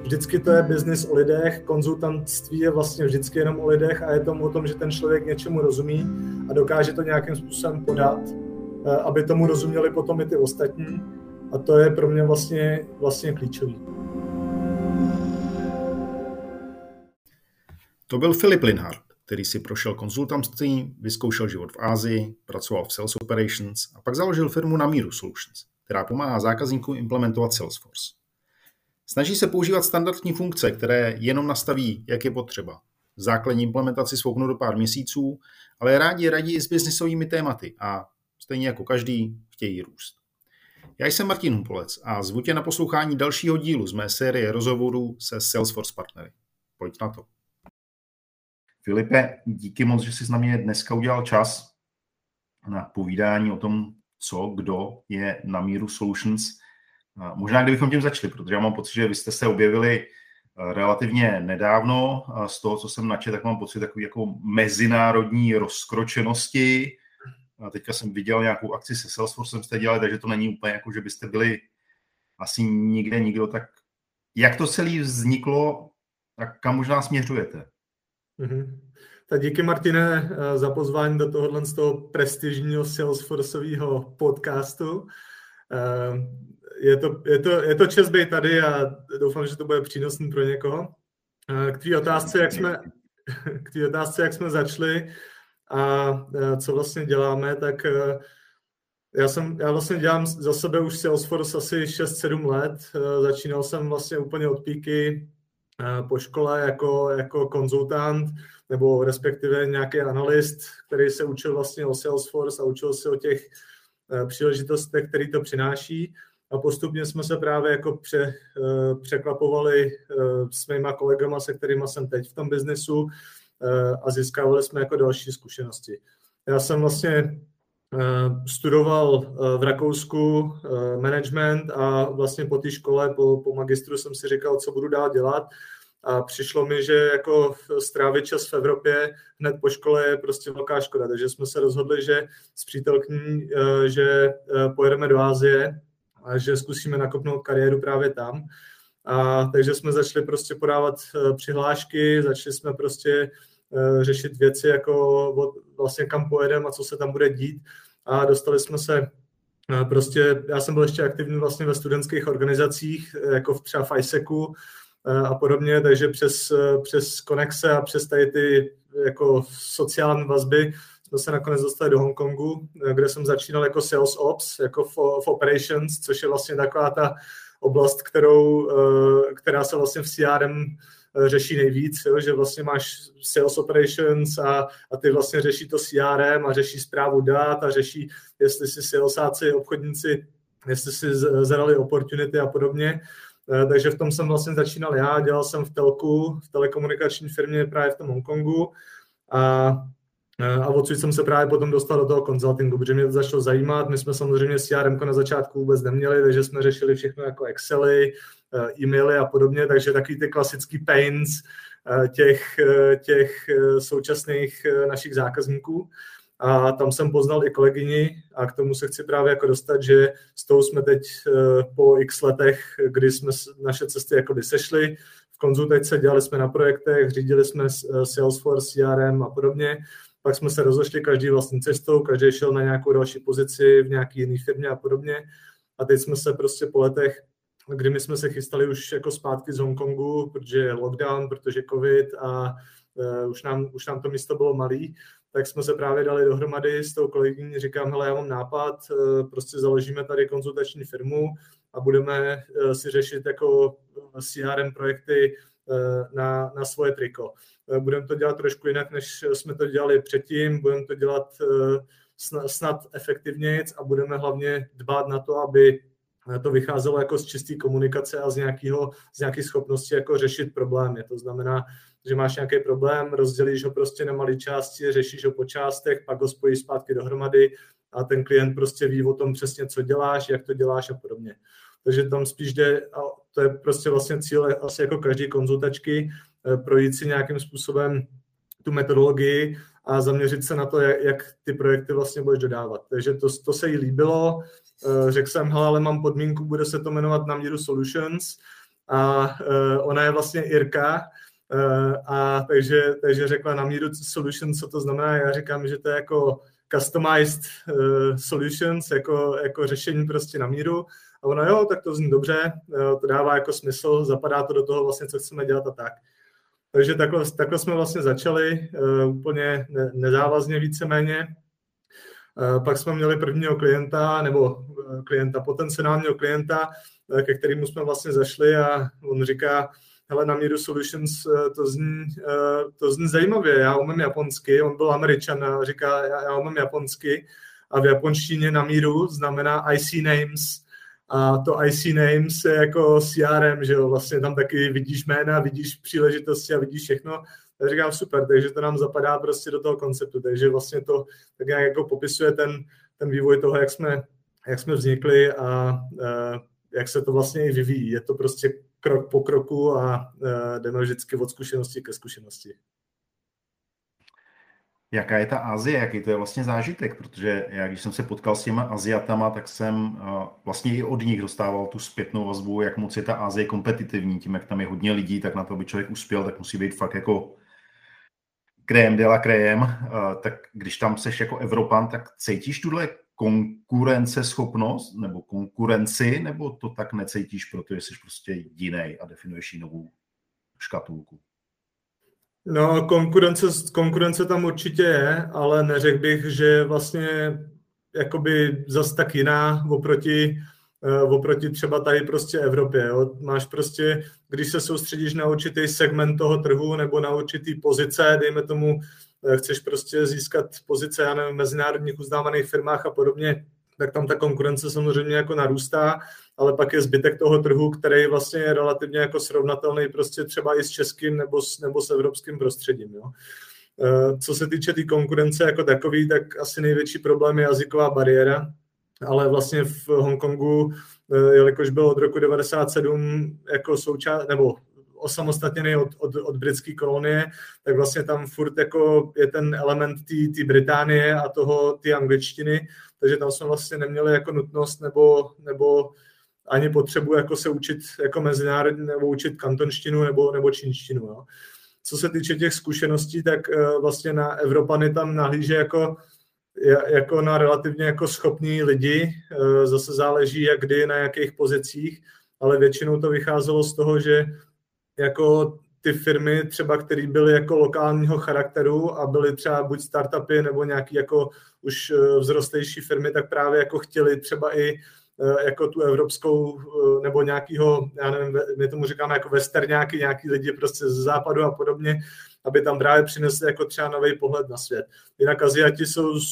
vždycky to je business o lidech, konzultantství je vlastně vždycky jenom o lidech a je to o tom, že ten člověk něčemu rozumí a dokáže to nějakým způsobem podat, aby tomu rozuměli potom i ty ostatní. A to je pro mě vlastně klíčový. To byl Filip Linhart, který si prošel konzultantstvím, vyzkoušel život v Asii, pracoval v Sales Operations a pak založil firmu Namiru Solutions, která pomáhá zákazníkům implementovat Salesforce. Snaží se používat standardní funkce, které jenom nastaví, jak je potřeba. Základní implementaci svouknou do pár měsíců, ale rádi radí i s biznisovými tématy a stejně jako každý chtějí růst. Já jsem Martin Humpolec a zvu tě na poslouchání dalšího dílu z mé série rozhovorů se Salesforce partnery. Pojď na to. Filipe, díky moc, že jsi na mě dneska udělal čas na povídání o tom, co, kdo je Namiru Solutions. Možná kdybychom tím začali, protože já mám pocit, že vy jste se objevili relativně nedávno. Z toho, co jsem načetl, tak mám pocit takové jako mezinárodní rozkročenosti. Teďka jsem viděl nějakou akci se Salesforcem jste dělali, takže to není úplně jako, že byste byli asi nikdo. Tak jak to celé vzniklo a kam možná směřujete? Tak díky, Martine, za pozvání do tohohle z toho prestižního Salesforceového podcastu. Je to čest být tady a doufám, že to bude přínosný pro někoho. K té otázce, jak jsme začali a co vlastně děláme, tak já vlastně dělám za sebe už Salesforce asi 6-7 let. Začínal jsem vlastně úplně od píky po škole jako konzultant, nebo respektive nějaký analyst, který se učil vlastně o Salesforce a učil se o těch příležitostech, které to přináší. A postupně jsme se právě jako překlapovali s mýma kolegama, se kterými jsem teď v tom biznesu a získávali jsme jako další zkušenosti. Já jsem vlastně studoval v Rakousku management a vlastně po té škole, po magistru jsem si říkal, co budu dál dělat. A přišlo mi, že jako strávit čas v Evropě hned po škole je prostě velká škoda. Takže jsme se rozhodli, že s přítelkyní, že pojedeme do Asie a že zkusíme nakopnout kariéru právě tam. A takže jsme začali prostě podávat přihlášky, začali jsme prostě řešit věci, jako vlastně kam pojedeme a co se tam bude dít. A dostali jsme se prostě, já jsem byl ještě aktivní vlastně ve studentských organizacích, jako třeba v ISECu a podobně, takže přes konexe a přes tady ty jako sociální vazby jsme se nakonec dostali do Hongkongu, kde jsem začínal jako sales ops, jako v operations, což je vlastně taková ta oblast, která se vlastně v CRM řeší nejvíc, jo, že vlastně máš sales operations a ty vlastně řeší to CRM a řeší správu dat a řeší, jestli si salesáci, obchodníci, jestli si zadali opportunity a podobně. Takže v tom jsem vlastně začínal já, dělal jsem v telku, v telekomunikační firmě právě v tom Hongkongu a odsud jsem se právě potom dostal do toho consultingu, protože mě to začalo zajímat. My jsme samozřejmě CRM na začátku vůbec neměli, takže jsme řešili všechno jako Excely, e-maily a podobně, takže takový ty klasický pains těch současných našich zákazníků. A tam jsem poznal i kolegyni a k tomu se chci právě jako dostat, že s tou jsme teď po x letech, kdy jsme naše cesty jako sešli, v konzultaci dělali jsme na projektech, řídili jsme Salesforce, CRM a podobně. Pak jsme se rozešli každý vlastní cestou, každý šel na nějakou další pozici v nějaké jiné firmě a podobně. A teď jsme se prostě po letech, kdy my jsme se chystali už jako zpátky z Hongkongu, protože je lockdown, protože covid a už nám to místo bylo malý, tak jsme se právě dali dohromady s tou kolegyní, říkám, hele, já mám nápad, prostě založíme tady konzultační firmu a budeme si řešit jako CRM projekty na svoje triko. Budeme to dělat trošku jinak, než jsme to dělali předtím, budeme to dělat snad efektivnějc a budeme hlavně dbát na to, aby to vycházelo jako z čisté komunikace a z nějaké schopnosti jako řešit problémy. To znamená, že máš nějaký problém, rozdělíš ho prostě na malé části, řešíš ho po částech, pak ho spojíš zpátky dohromady a ten klient prostě ví o tom přesně, co děláš, jak to děláš a podobně. Takže tam spíš jde, a to je prostě vlastně cíl asi jako každý konzultačky, projít si nějakým způsobem tu metodologii a zaměřit se na to, jak ty projekty vlastně budeš dodávat. Takže to se jí líbilo. Řekl jsem, hele, ale mám podmínku, bude se to jmenovat Namiru Solutions a ona je vlastně Irka, a takže řekla Namiru Solutions, co to znamená. Já říkám, že to je jako customized solutions, jako řešení prostě na míru. A ona, jo, tak to zní dobře, to dává jako smysl, zapadá to do toho vlastně, co chceme dělat a tak. Takže takhle jsme vlastně začali, úplně nezávazně víceméně. Pak jsme měli prvního klienta, nebo potenciálního klienta, ke kterému jsme vlastně zašli a on říká, hele, Namiru Solutions, to zní zajímavě, já umím japonsky, on byl Američan a říká, já umím japonsky a v japonštině Namiru znamená IC Names a to IC Names je jako CRM, že jo, vlastně tam taky vidíš jména, vidíš příležitosti a vidíš všechno. Já říkám super, takže to nám zapadá prostě do toho konceptu, takže vlastně to tak nějak jako popisuje ten vývoj toho, jak jsme vznikli a jak se to vlastně i vyvíjí. Je to prostě krok po kroku a jdeme vždycky od zkušenosti ke zkušenosti. Jaká je ta Asie, jaký to je vlastně zážitek? Protože já, když jsem se potkal s těma Aziatama, tak jsem vlastně i od nich dostával tu zpětnou vazbu, jak moc je ta Asie kompetitivní. Tím, jak tam je hodně lidí, tak na to, aby člověk uspěl, tak musí být fakt jako crème de la crème. Tak když tam seš jako Evropan, tak cítíš tuhle konkurenceschopnost nebo konkurenci, nebo to tak necítíš, protože jsi prostě jiný a definuješ jinou škatulku? No, konkurence tam určitě je, ale neřekl bych, že vlastně jakoby zas tak jiná oproti třeba tady prostě Evropě. Jo. Máš prostě, když se soustředíš na určitý segment toho trhu nebo na určitý pozice, dejme tomu, chceš prostě získat pozice, já nevím, v mezinárodních uznávaných firmách a podobně, tak tam ta konkurence samozřejmě jako narůstá, ale pak je zbytek toho trhu, který vlastně je relativně jako srovnatelný prostě třeba i s českým nebo s evropským prostředím. Jo. Co se týče té konkurence jako takový, tak asi největší problém je jazyková bariéra, ale vlastně v Hongkongu, jelikož byl od roku 1997 jako součást, nebo osamostatněný od britské kolonie, tak vlastně tam furt jako je ten element té Británie a té angličtiny, takže tam jsme vlastně neměli jako nutnost nebo ani potřebu jako se učit jako mezinárodní nebo učit kantonštinu nebo čínštinu. Jo. Co se týče těch zkušeností, tak vlastně na Evropany tam nahlíže jako na relativně jako schopní lidi, zase záleží jak kdy, na jakých pozicích, ale většinou to vycházelo z toho, že jako ty firmy třeba, které byly jako lokálního charakteru a byly třeba buď startupy nebo nějaký jako už vzrostlejší firmy, tak právě jako chtěli třeba i jako tu evropskou nebo nějakýho, já nevím, my tomu říkáme jako westerňáky, nějaký lidi prostě ze západu a podobně, aby tam právě přinesli jako třeba nový pohled na svět. Jinak Aziati jsou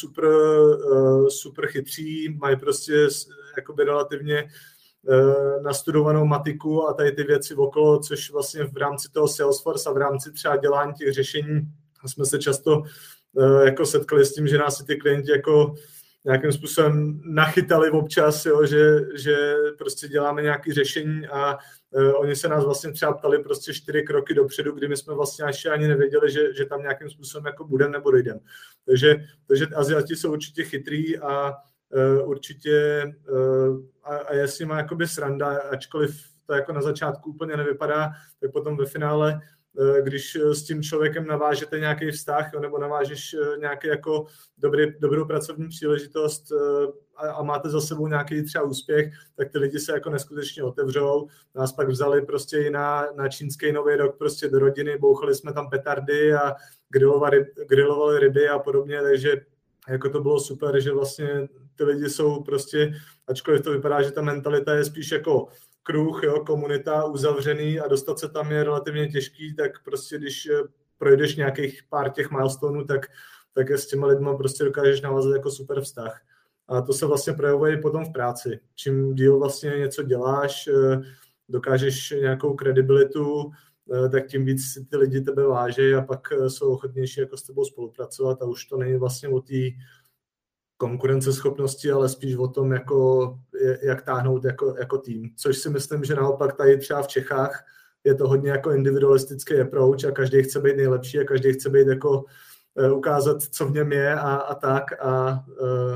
super chytří, mají prostě jakoby relativně nastudovanou matiku a tady ty věci okolo, což vlastně v rámci toho Salesforce a v rámci třeba dělání těch řešení jsme se často jako setkali s tím, že nás ty klienti jako nějakým způsobem nachytali občas, jo, že prostě děláme nějaké řešení a oni se nás vlastně třeba ptali prostě 4 kroky dopředu, kdy my jsme vlastně ještě ani nevěděli, že tam nějakým způsobem jako budeme nebo dojdeme. Takže Aziati jsou určitě chytrý a určitě a je s nima jakoby sranda, ačkoliv to jako na začátku úplně nevypadá, tak potom ve finále, když s tím člověkem navážete nějaký vztah nebo navážeš nějaký jako dobrou pracovní příležitost a máte za sebou nějaký třeba úspěch, tak ty lidi se jako neskutečně otevřou. Nás pak vzali prostě i na čínský nový rok prostě do rodiny, bouchali jsme tam petardy a grilovali ryby a podobně, takže jako to bylo super, že vlastně ty lidi jsou prostě, ačkoliv to vypadá, že ta mentalita je spíš jako kruh, jo, komunita uzavřený a dostat se tam je relativně těžký, tak prostě když projdeš nějakých pár těch milestoneů, tak s těma lidma prostě dokážeš navázat jako super vztah. A to se vlastně projevuje i potom v práci. Čím díl vlastně něco děláš, dokážeš nějakou kredibilitu, tak tím víc ty lidi tebe váží a pak jsou ochotnější jako s tebou spolupracovat a už to není vlastně o té konkurenceschopnosti, ale spíš o tom, jako, jak táhnout jako tým. Což si myslím, že naopak tady třeba v Čechách je to hodně jako individualistický approach a každý chce být nejlepší a každý chce být jako ukázat, co v něm je a tak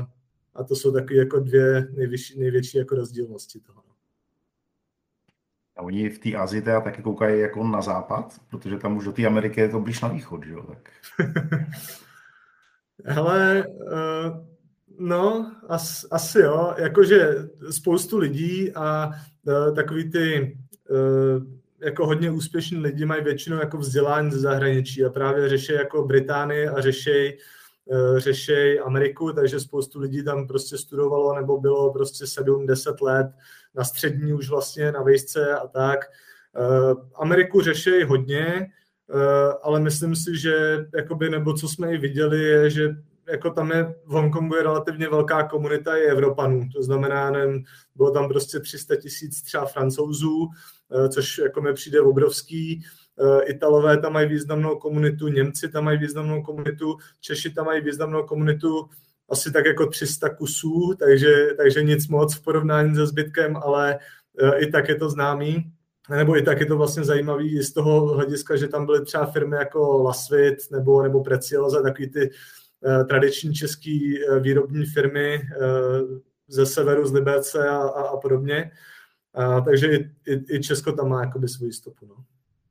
a to jsou taky jako dvě největší jako rozdílnosti toho. A oni v té Asii teda taky koukají jako na západ, protože tam už do té Ameriky je to blíž na východ, že jo? Tak. Hele, no, asi jo, jakože spoustu lidí a takový ty jako hodně úspěšní lidi mají většinou jako vzdělání ze zahraničí a právě řeší jako Británii a řeší Ameriku, takže spoustu lidí tam prostě studovalo nebo bylo prostě 7-10 let na střední už vlastně na vejšce a tak. Ameriku řeší hodně, ale myslím si, že jakoby, nebo co jsme i viděli, je, že jako tam je v Hongkongu je relativně velká komunita i Evropanů, to znamená, nevím, bylo tam prostě 300 000 třeba Francouzů, což jako mi přijde obrovský, Italové tam mají významnou komunitu, Němci tam mají významnou komunitu, Češi tam mají významnou komunitu, asi tak jako 300 kusů, takže nic moc v porovnání se zbytkem, ale i tak je to známý. Nebo i tak je to vlastně zajímavý z toho hlediska, že tam byly třeba firmy jako Lasvit nebo Preciosa, takový ty tradiční český výrobní firmy ze severu, z Liberce a podobně. Takže i Česko tam má jakoby svou stopu. No.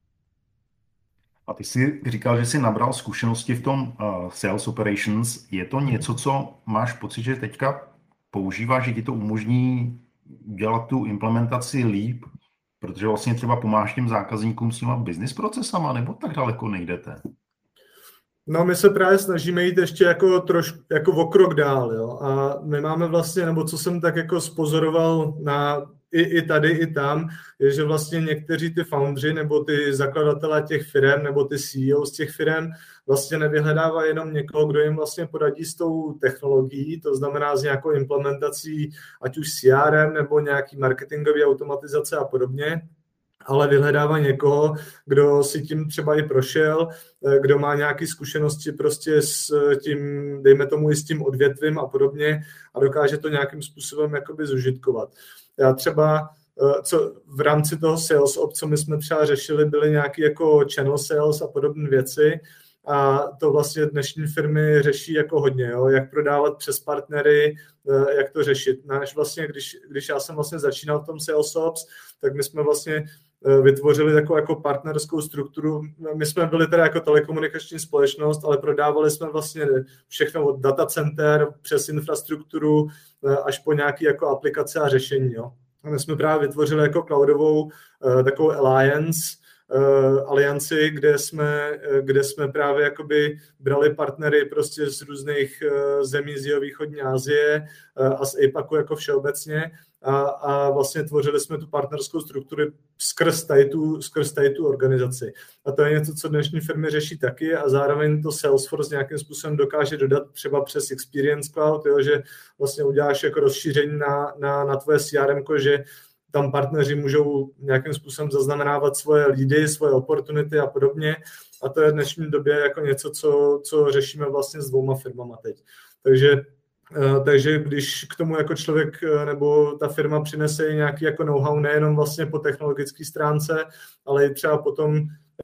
A ty jsi říkal, že jsi nabral zkušenosti v tom sales operations. Je to něco, co máš pocit, že teďka používáš, že ti to umožní dělat tu implementaci líp, protože vlastně třeba pomáháš těm zákazníkům s těma business procesama, nebo tak daleko nejdete? No, my se právě snažíme jít ještě jako o krok dál, jo. A my máme vlastně, nebo co jsem tak jako spozoroval i tady, i tam, je, že vlastně někteří ty foundři nebo ty zakladatelé těch firem nebo ty CEO z těch firem vlastně nevyhledávají jenom někoho, kdo jim vlastně poradí s tou technologií, to znamená s nějakou implementací, ať už CRM nebo nějaký marketingový automatizace a podobně, ale vyhledává někoho, kdo si tím třeba i prošel, kdo má nějaké zkušenosti prostě s tím, dejme tomu i s tím odvětvím a podobně a dokáže to nějakým způsobem jakoby zužitkovat. Já třeba, co v rámci toho sales ops, co my jsme třeba řešili, byly nějaké jako channel sales a podobné věci a to vlastně dnešní firmy řeší jako hodně, jo? Jak prodávat přes partnery, jak to řešit. Náš vlastně, když já jsem vlastně začínal v tom sales ops, tak my jsme vlastně vytvořili takovou jako partnerskou strukturu. My jsme byli teda jako telekomunikační společnost, ale prodávali jsme vlastně všechno od datacenter přes infrastrukturu až po nějaké jako aplikace a řešení. Jo. A my jsme právě vytvořili jako cloudovou takovou alianci, kde jsme právě jakoby brali partnery prostě z různých zemí z jihovýchodní Asie a z APACu jako všeobecně a vlastně tvořili jsme tu partnerskou strukturu skrz tady tu organizaci. A to je něco, co dnešní firmy řeší taky a zároveň to Salesforce nějakým způsobem dokáže dodat třeba přes Experience Cloud, jo, že vlastně uděláš jako rozšíření na tvoje CRM, že tam partneři můžou nějakým způsobem zaznamenávat svoje leady, svoje opportunity a podobně. A to je v dnešní době jako něco, co řešíme vlastně s 2 firmama teď. Takže když k tomu jako člověk nebo ta firma přinese nějaký jako know-how nejenom vlastně po technologické stránce, ale i třeba potom,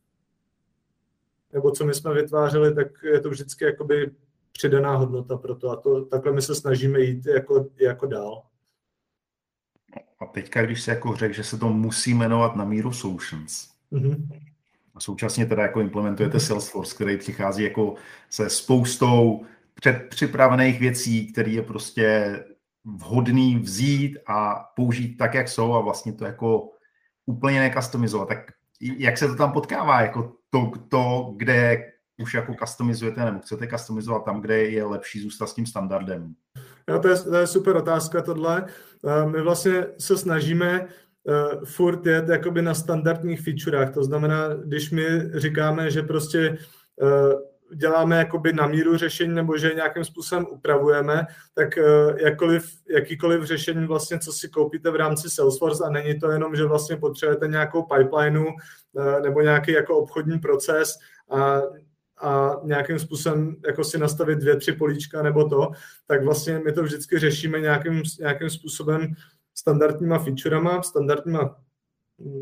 nebo co my jsme vytvářeli, tak je to vždycky jakoby přidaná hodnota pro to. A takhle my se snažíme jít jako dál. A teďka, když se jako řekl, že se to musí jmenovat Na míru Solutions, a současně teda jako implementujete Salesforce, který přichází jako se spoustou předpřipravených věcí, které je prostě vhodný vzít a použít tak, jak jsou a vlastně to jako úplně nekastomizovat. Tak jak se to tam potkává? Jako to, kde už jako customizujete nebo chcete customizovat tam, kde je lepší zůstat s tím standardem? No, to je super otázka tohle. My vlastně se snažíme furt jet jakoby na standardních featurách. To znamená, když my říkáme, že prostě děláme jakoby na míru řešení nebo že nějakým způsobem upravujeme, tak jakýkoliv řešení vlastně, co si koupíte v rámci Salesforce a není to jenom, že vlastně potřebujete nějakou pipelineu nebo nějaký jako obchodní proces a nějakým způsobem jako si nastavit 2-3 políčka nebo to, tak vlastně my to vždycky řešíme nějakým způsobem standardníma featurema, standardníma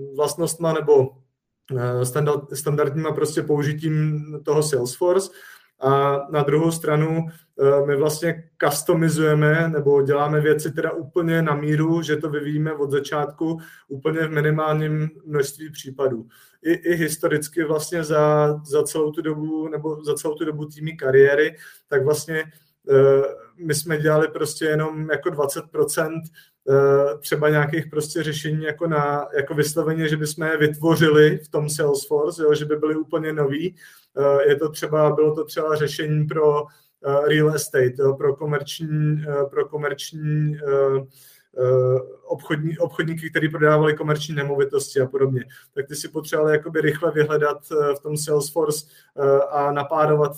vlastnostma nebo standardníma prostě použitím toho Salesforce A na druhou stranu my vlastně customizujeme nebo děláme věci teda úplně na míru, že to vyvíjíme od začátku úplně v minimálním množství případů. I historicky vlastně za celou tu dobu nebo za celou tu dobu týmí kariéry, tak vlastně my jsme dělali prostě jenom jako 20% třeba nějakých prostě řešení jako vysloveně, že bychom je vytvořili v tom Salesforce, jo, že by byly úplně nový. Bylo to třeba řešení pro real estate, jo, pro komerční obchodníky, kteří prodávali komerční nemovitosti a podobně. Tak ty si potřebovali jakoby rychle vyhledat v tom Salesforce a napádovat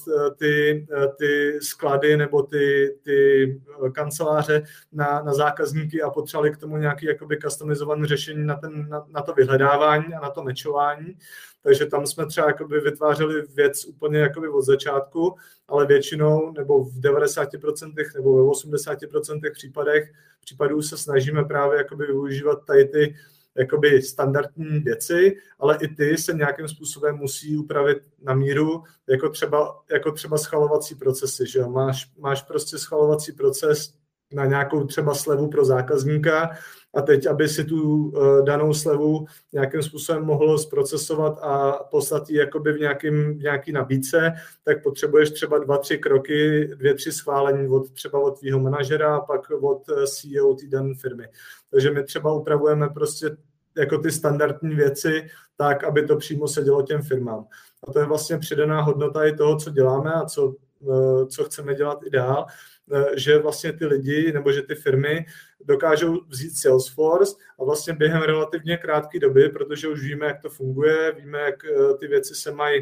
ty sklady nebo ty kanceláře na zákazníky a potřebovali k tomu nějaký jakoby customizované řešení na to vyhledávání a na to matchování. Takže tam jsme třeba jakoby vytvářeli věc úplně jakoby od začátku, ale většinou nebo v 90% nebo ve 80% případů se snažíme právě jakoby využívat tady ty jakoby standardní věci, ale i ty se nějakým způsobem musí upravit na míru, jako třeba schvalovací procesy. Že jo? Máš prostě schvalovací proces na nějakou třeba slevu pro zákazníka a teď, aby si tu danou slevu nějakým způsobem mohl zprocesovat a poslat ji jakoby v nějaký nabídce, tak potřebuješ třeba 2-3 kroky, 2-3 schválení třeba od tvýho manažera a pak od CEO té dané firmy. Takže my třeba upravujeme prostě jako ty standardní věci tak, aby to přímo sedělo těm firmám. A to je vlastně přidaná hodnota i toho, co děláme a co chceme dělat i dál, že vlastně ty lidi nebo že ty firmy dokážou vzít Salesforce a vlastně během relativně krátké doby, protože už víme, jak to funguje, víme, jak ty věci se mají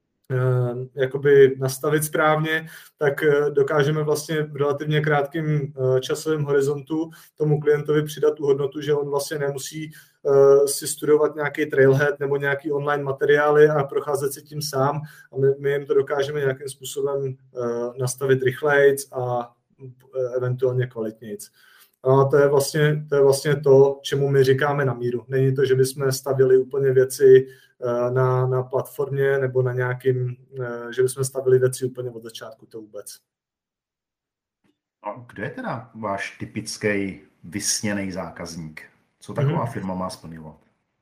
jakoby nastavit správně, tak dokážeme vlastně v relativně krátkém časovém horizontu tomu klientovi přidat tu hodnotu, že on vlastně nemusí si studovat nějaký trailhead nebo nějaký online materiály a procházet si tím sám a my jim to dokážeme nějakým způsobem nastavit rychlejc a eventuálně kvalitnějc. A to je vlastně to, čemu my říkáme na míru. Není to, že bychom stavili úplně věci na platformě nebo na nějakým, že bychom stavili věci úplně od začátku, to vůbec. A kdo je teda váš typický vysněný zákazník? Co taková firma má splňovat?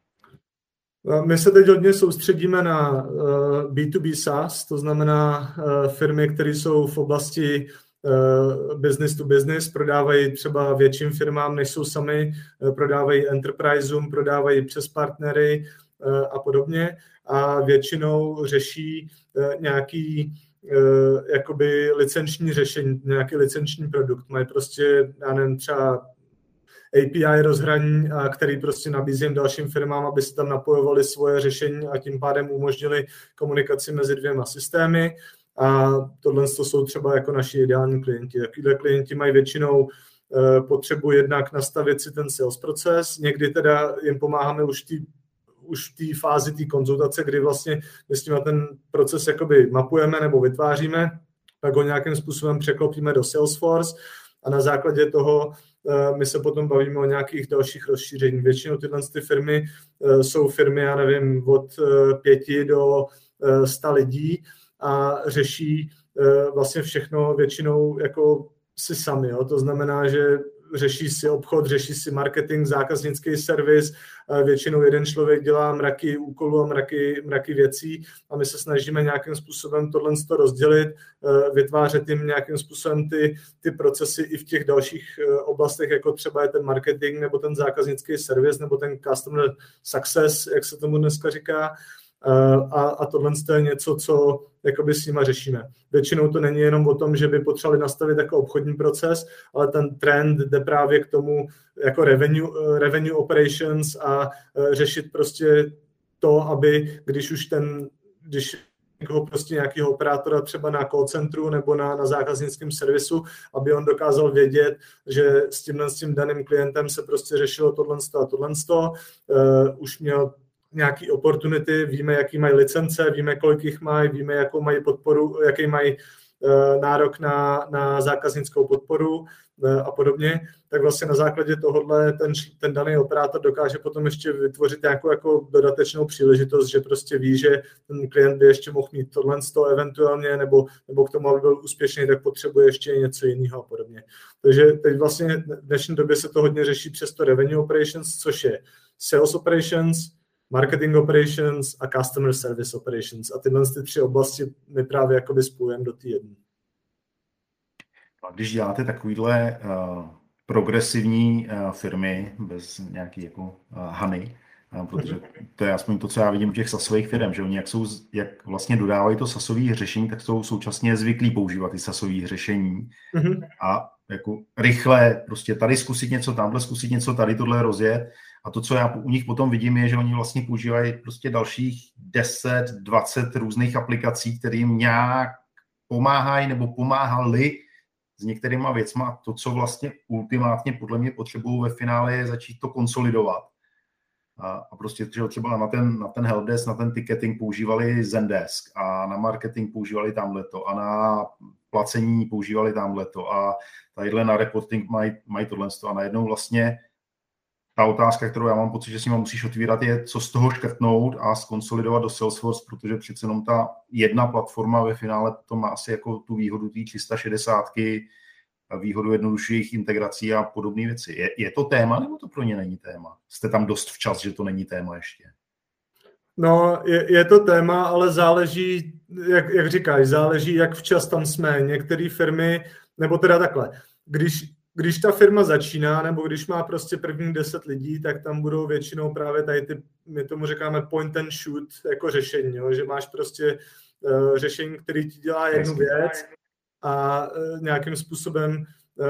My se teď hodně soustředíme na B2B SaaS, to znamená firmy, které jsou v oblasti business to business, prodávají třeba větším firmám, než jsou sami, prodávají enterpriseům, prodávají přes partnery a podobně a většinou řeší nějaký jakoby licenční řešení, nějaký licenční produkt. Mají prostě, já nevím, třeba API rozhraní, který prostě nabízím dalším firmám, aby si tam napojovali svoje řešení a tím pádem umožnili komunikaci mezi dvěma systémy. A tohle jsou třeba jako naši ideální klienti. Takovýhle klienti mají většinou potřebu jednak nastavit si ten sales proces, někdy teda jim pomáháme už v té fázi té konzultace, kdy vlastně my s tím ten proces jakoby mapujeme nebo vytváříme, tak ho nějakým způsobem překlopíme do Salesforce a na základě toho my se potom bavíme o nějakých dalších rozšíření. Většinou tyhle firmy jsou firmy, já nevím, od 5 do 100 lidí a řeší vlastně všechno většinou jako si sami. Jo? To znamená, že řeší si obchod, řeší si marketing, zákaznický servis, většinou jeden člověk dělá mraky úkolů a mraky věcí a my se snažíme nějakým způsobem tohle rozdělit, vytvářet jim nějakým způsobem ty procesy i v těch dalších oblastech, jako třeba je ten marketing nebo ten zákaznický servis nebo ten customer success, jak se tomu dneska říká. A tohle je něco, co jakoby s nima řešíme. Většinou to není jenom o tom, že by potřebovali nastavit jako obchodní proces, ale ten trend jde právě k tomu jako revenue operations a řešit prostě to, aby když někoho prostě nějakého operátora třeba na call centru nebo na zákaznickém servisu, aby on dokázal vědět, že s tím daným klientem se prostě řešilo tohle a tohle. Už měl nějaký opportunity, víme, jaký mají licence, víme, kolik jich mají, víme, jakou mají podporu, jaký mají nárok na zákaznickou podporu, a podobně, tak vlastně na základě tohohle ten daný operátor dokáže potom ještě vytvořit nějakou jako dodatečnou příležitost, že prostě ví, že ten klient by ještě mohl mít tohle eventuálně, nebo k tomu, aby byl úspěšný, tak potřebuje ještě něco jiného a podobně. Takže teď vlastně v dnešní době se to hodně řeší přes to revenue operations, což je sales operations, marketing operations a customer service operations. A tyhle ty 3 oblasti my právě jakoby spojujeme do té jedné. A když děláte takovýhle progresivní firmy bez nějaký jako hany, protože to je aspoň to, co já vidím u těch SaaSových firm, že oni jak vlastně dodávají to SaaSové řešení, tak jsou současně zvyklí používat ty SaaSové řešení a jako rychle prostě tady zkusit něco, tamhle zkusit něco, tady tohle rozjet. A to, co já u nich potom vidím, je, že oni vlastně používají prostě dalších 10, 20 různých aplikací, které jim nějak pomáhají nebo pomáhali s některýma věcma. To, co vlastně ultimátně podle mě potřebují ve finále, je začít to konsolidovat. A prostě třeba na ten helpdesk, na ten ticketing používali Zendesk a na marketing používali tamhleto a na placení používali tamhleto a tadyhle na reporting mají tohle a najednou vlastně ta otázka, kterou já mám pocit, že s nima musíš otvírat, je, co z toho škrtnout a skonsolidovat do Salesforce, protože přece jenom ta jedna platforma ve finále to má asi jako tu výhodu té 360, výhodu jednodušších integrací a podobné věci. Je to téma, nebo to pro ně není téma? Jste tam dost včas, že to není téma ještě? No, je to téma, ale záleží, jak říkáš, záleží, jak včas tam jsme. Některé firmy, nebo teda takhle, když ta firma začíná, nebo když má prostě prvních 10 lidí, tak tam budou většinou právě tady ty, my tomu říkáme point and shoot jako řešení, jo? Že máš prostě řešení, který ti dělá jednu věc a nějakým způsobem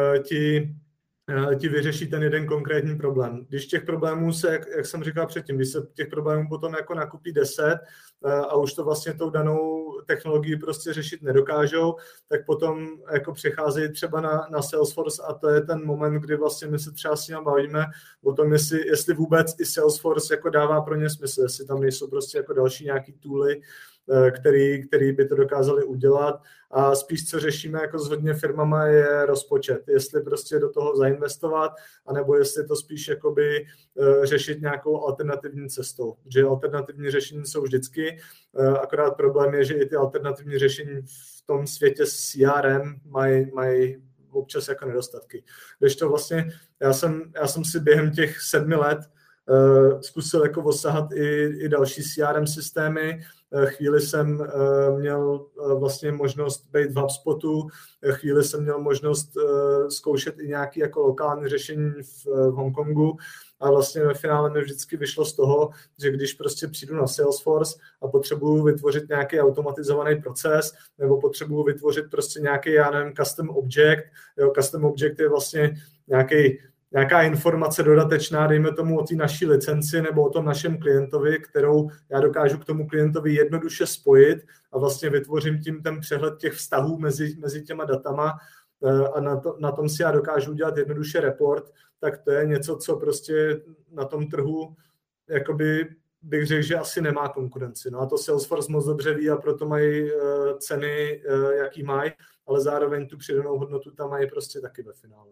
ti vyřeší ten jeden konkrétní problém. Když těch problémů se, jak jsem říkal předtím, když se těch problémů potom jako nakupí 10 a už to vlastně tou danou technologii prostě řešit nedokážou, tak potom jako přecházejí třeba na Salesforce a to je ten moment, kdy vlastně my se třeba s nimi bavíme o tom, jestli vůbec i Salesforce jako dává pro ně smysl, jestli tam nejsou prostě jako další nějaký tooly, který by to dokázali udělat a spíš, co řešíme jako s hodně firmama, je rozpočet. Jestli prostě do toho zainvestovat, anebo jestli to spíš jakoby řešit nějakou alternativní cestou. Že alternativní řešení jsou vždycky, akorát problém je, že i ty alternativní řešení v tom světě s CRM mají občas jako nedostatky. Když to vlastně, já jsem si během těch 7 let zkusil jako osahat i další CRM systémy. Chvíli jsem měl vlastně možnost být v HubSpotu, chvíli jsem měl možnost zkoušet i nějaké jako lokální řešení v Hongkongu a vlastně ve finále mi vždycky vyšlo z toho, že když prostě přijdu na Salesforce a potřebuju vytvořit nějaký automatizovaný proces nebo potřebuju vytvořit prostě nějaký, já nevím, custom object. Jo, custom object je vlastně nějaká informace dodatečná, dejme tomu o té naší licenci nebo o tom našem klientovi, kterou já dokážu k tomu klientovi jednoduše spojit a vlastně vytvořím tím ten přehled těch vztahů mezi těma datama a na tom si já dokážu udělat jednoduše report, tak to je něco, co prostě na tom trhu jakoby bych řekl, že asi nemá konkurenci. No a to Salesforce moc dobře ví a proto mají ceny, jaký mají, ale zároveň tu přidanou hodnotu tam mají prostě taky ve finále.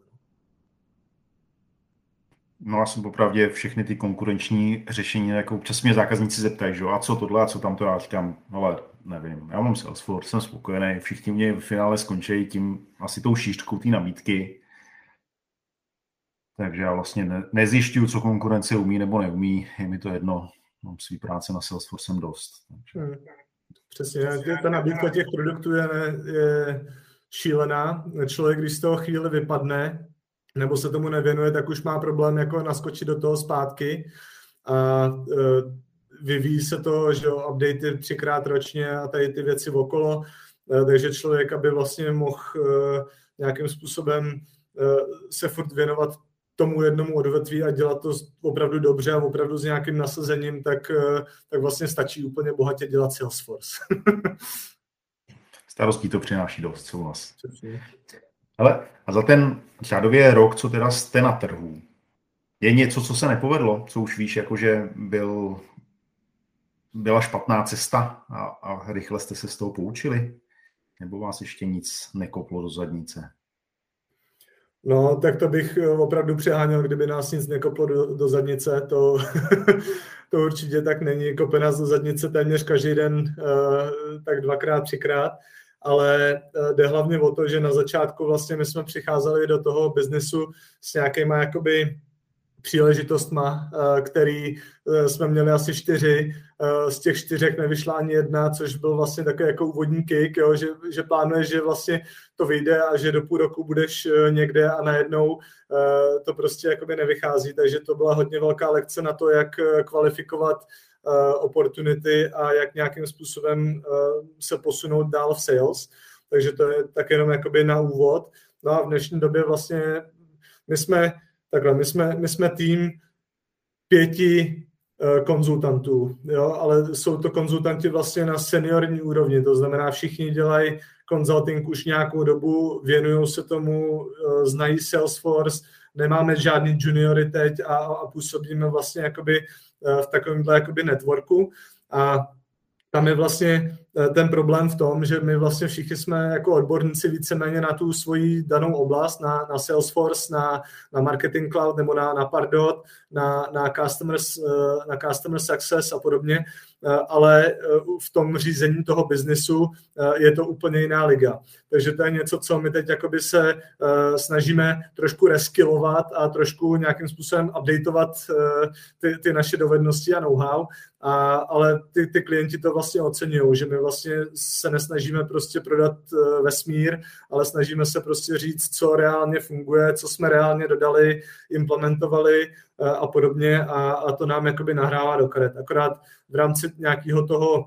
No já jsem popravdě všechny ty konkurenční řešení, jako občas mě zákazníci zeptají, že a co tohle a co tamto, já říkám, ale nevím, já mám Salesforce, jsem spokojený, všichni mě v finále skončí tím asi tou šířkou té nabídky. Takže já vlastně nezjišťuju, co konkurence umí nebo neumí, je mi to jedno, mám svý práce na Salesforcem dost. Přesně, ta nabídka těch produktů je šílená, člověk, když z toho chvíli vypadne, nebo se tomu nevěnuje, tak už má problém jako naskočit do toho zpátky a vyvíjí se to, že jo, updaty 3x ročně a tady ty věci okolo, takže člověk, aby vlastně mohl nějakým způsobem se furt věnovat tomu jednomu odvětví a dělat to opravdu dobře a opravdu s nějakým nasazením, tak vlastně stačí úplně bohatě dělat Salesforce. Starostí to přináší dost, souhlas. Ale a za ten řádově rok, co teda jste na trhu, je něco, co se nepovedlo? Co už víš, jakože byla špatná cesta a rychle jste se z toho poučili? Nebo vás ještě nic nekoplo do zadnice? No, tak to bych opravdu přeháněl, kdyby nás nic nekoplo do zadnice, to, to určitě tak není. Kope nás do zadnice téměř každý den, tak 2x, 3x, ale jde hlavně o to, že na začátku vlastně my jsme přicházeli do toho biznesu s nějakýma jakoby příležitostma, který jsme měli asi 4. Z těch 4 nevyšla ani jedna, což byl vlastně takový jako úvodní kick, jo, že plánuješ, že vlastně to vyjde a že do půl roku budeš někde a najednou to prostě jakoby nevychází. Takže to byla hodně velká lekce na to, jak kvalifikovat opportunity a jak nějakým způsobem se posunout dál v sales. Takže to je tak jenom jakoby na úvod. No a v dnešní době vlastně my jsme tým 5 konzultantů, jo, ale jsou to konzultanti vlastně na seniorní úrovni, to znamená všichni dělají consulting už nějakou dobu, věnují se tomu, znají Salesforce, nemáme žádný juniory teď a působíme vlastně jakoby v takovémhle jakoby networku a tam je vlastně ten problém v tom, že my vlastně všichni jsme jako odborníci víceméně na tu svoji danou oblast, na Salesforce, na Marketing Cloud nebo na Pardot, na customer success a podobně, ale v tom řízení toho biznesu je to úplně jiná liga. Takže to je něco, co my teď jakoby se snažíme trošku reskillovat a trošku nějakým způsobem updateovat ty naše dovednosti a know-how, ale ty klienti to vlastně oceňují, že my vlastně se nesnažíme prostě prodat vesmír, ale snažíme se prostě říct, co reálně funguje, co jsme reálně dodali, implementovali a podobně a to nám jakoby nahrává do karet. Akorát v rámci nějakého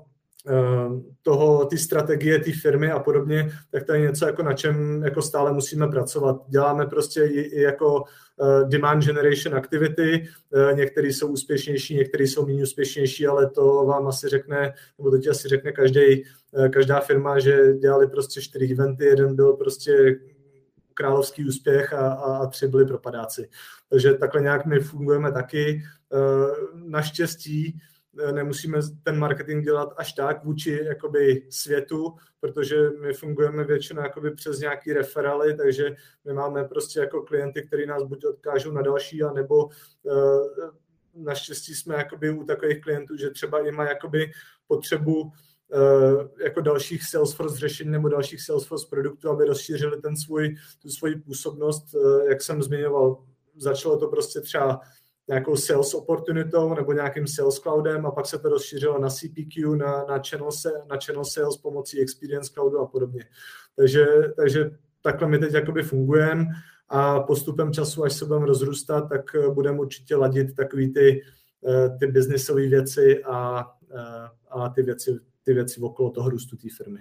ty strategie, té firmy a podobně, tak to je něco, jako na čem jako stále musíme pracovat. Děláme prostě i jako demand generation activity, některý jsou úspěšnější, některý jsou méně úspěšnější, ale to vám asi řekne, nebo to ti asi řekne každá firma, že dělali prostě 4 eventy, jeden byl prostě královský úspěch a 3 byli propadáci. Takže takhle nějak my fungujeme taky. Naštěstí nemusíme ten marketing dělat až tak vůči jakoby světu, protože my fungujeme většinou jakoby přes nějaký referály, takže my máme prostě jako klienty, který nás buď odkážou na další, anebo naštěstí jsme jakoby u takových klientů, že třeba i mají jakoby potřebu jako dalších Salesforce řešení nebo dalších Salesforce produktů, aby rozšířili tu svoji působnost, jak jsem zmiňoval. Začalo to prostě třeba nějakou sales opportunitou nebo nějakým sales cloudem a pak se to rozšířilo na CPQ, na channel sales pomocí experience cloudu a podobně. Takže takhle my teď jakoby fungujeme a postupem času, až se budeme rozrůstat, tak budeme určitě ladit takový ty businessové věci a ty věci okolo toho růstu té firmy.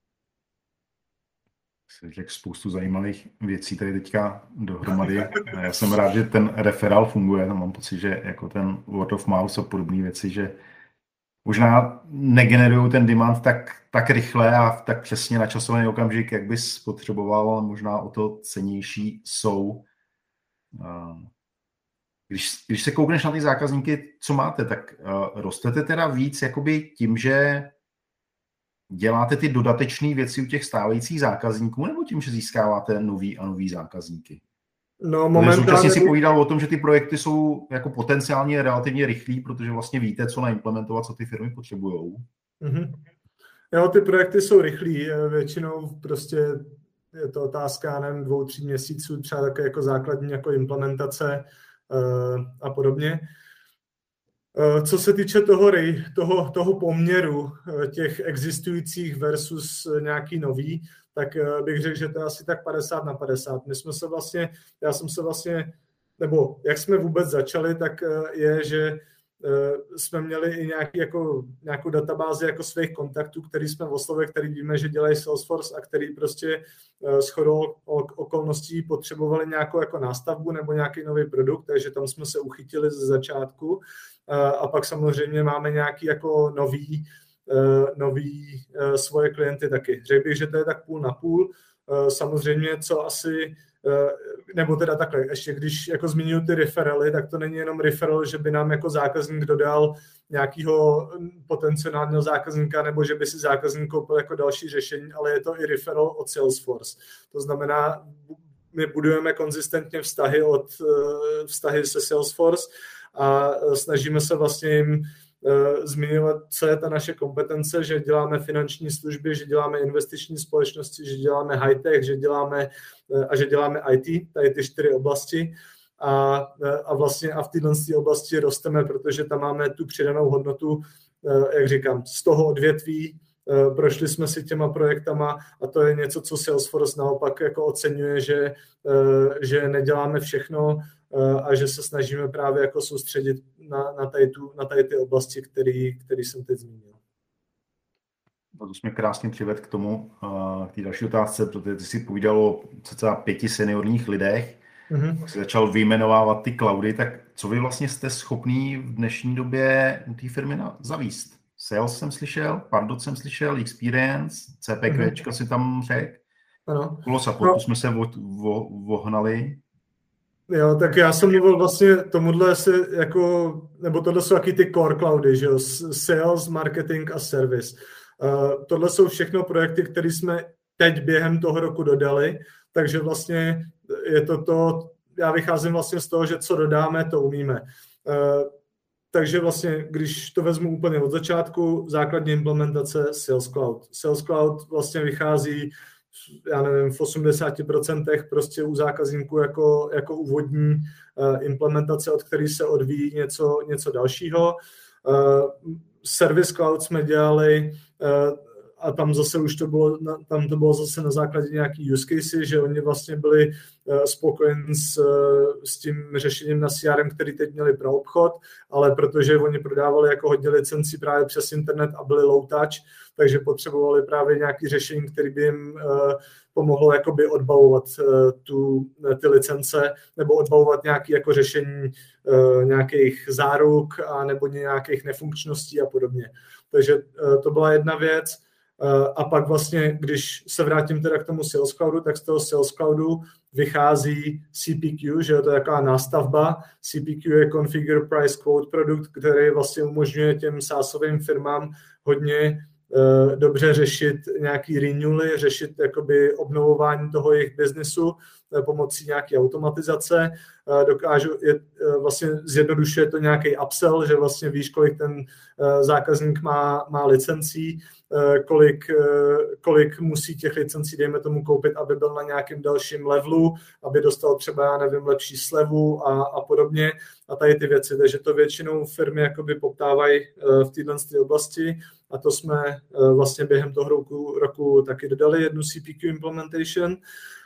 Jsi řekl spoustu zajímavých věcí tady teďka dohromady. Já jsem rád, že ten referál funguje. Mám pocit, že jako ten word of mouth a podobné věci, že možná negenerují ten demand tak rychle a tak přesně na časovaný okamžik, jak bys potřeboval, ale možná o to cennější jsou. Když se koukneš na ty zákazníky, co máte, tak rostete teda víc jakoby tím, že děláte ty dodatečné věci u těch stávajících zákazníků, nebo tím, že získáváte nový a nový zákazníky? No, momentálně... Současně si povídal o tom, že ty projekty jsou jako potenciálně relativně rychlý, protože vlastně víte, co naimplementovat, co ty firmy potřebujou. Mm-hmm. Jo, ty projekty jsou rychlý. Většinou prostě je to otázka, nevím, 2-3 měsíců, třeba také jako základní jako implementace a podobně. Co se týče toho poměru těch existujících versus nějaký nový, tak bych řekl, že to je asi tak 50/50. Nebo jak jsme vůbec začali, tak je, že jsme měli i nějakou databázi jako svých kontaktů, který jsme oslovili, který víme, že dělají Salesforce a který prostě shodou okolností potřebovali nějakou jako nástavbu nebo nějaký nový produkt, takže tam jsme se uchytili ze začátku. A pak samozřejmě máme nějaký jako nový svoje klienty taky. Řekl bych, že to je tak půl na půl. Samozřejmě, co asi, nebo teda takhle, ještě když jako zmiňuji ty referály, tak to není jenom referral, že by nám jako zákazník dodal nějakého potenciálního zákazníka, nebo že by si zákazník koupil jako další řešení, ale je to i referral od Salesforce. To znamená, my budujeme konzistentně vztahy se Salesforce a snažíme se vlastně jim zmiňovat, co je ta naše kompetence, že děláme finanční služby, že děláme investiční společnosti, že děláme high-tech, že děláme IT, tady ty 4 oblasti. A vlastně v této oblasti rosteme, protože tam máme tu přidanou hodnotu, jak říkám, z toho odvětví. Prošli jsme si těma projektama a to je něco, co Salesforce naopak jako oceňuje, že neděláme všechno a že se snažíme právě jako soustředit na tady ty oblasti, který jsem teď zmínil. To jsme krásně přivedl k tomu, k té další otázce, protože ty si povídal o cca 5 seniorních lidech, pak si začal vyjmenovávat ty cloudy, tak co vy vlastně jste schopný v dnešní době u té firmy zavíst? Sales jsem slyšel, Pardot jsem slyšel, Experience, CPQčka si tam řekl. Ano. Kolo supportu jsme se vohnali. Jo, tak já jsem mluvil vlastně tomuhle nebo tohle jsou taky ty core cloudy, že jo, sales, marketing a service. Tohle jsou všechno projekty, které jsme teď během toho roku dodali, takže vlastně je to, já vycházím vlastně z toho, že co dodáme, to umíme. Takže vlastně, když to vezmu úplně od začátku, základní implementace Sales Cloud. Sales Cloud vlastně vychází, já nevím, v 80% prostě u zákazníků jako úvodní implementace, od který se odvíjí něco dalšího. Service Cloud jsme dělali a tam zase už to bylo zase na základě nějaký use case, že oni vlastně byli spokojeni s tím řešením na CRM, který teď měli pro obchod, ale protože oni prodávali jako hodně licencí právě přes internet a byli low touch, takže potřebovali právě nějaké řešení, které by jim pomohlo jakoby odbavovat ty licence nebo odbavovat nějaké jako řešení nějakých záruk a nebo nějakých nefunkčností a podobně. Takže to byla jedna věc. A pak vlastně, když se vrátím teda k tomu Sales Cloudu, tak z toho Sales Cloudu vychází CPQ, že je to taková nástavba. CPQ je Configure Price Quote produkt, který vlastně umožňuje těm SaaSovým firmám hodně dobře řešit nějaký renewally, řešit jakoby obnovování toho jejich biznesu pomocí nějaké automatizace. Vlastně zjednodušuje to nějaký upsell, že vlastně víš, kolik ten zákazník má licencí, kolik musí těch licencí, dejme tomu, koupit, aby byl na nějakém dalším levelu, aby dostal třeba, já nevím, lepší slevu a podobně a tady ty věci. Takže to většinou firmy jakoby poptávají v této oblasti a to jsme vlastně během toho roku taky dodali jednu CPQ implementation.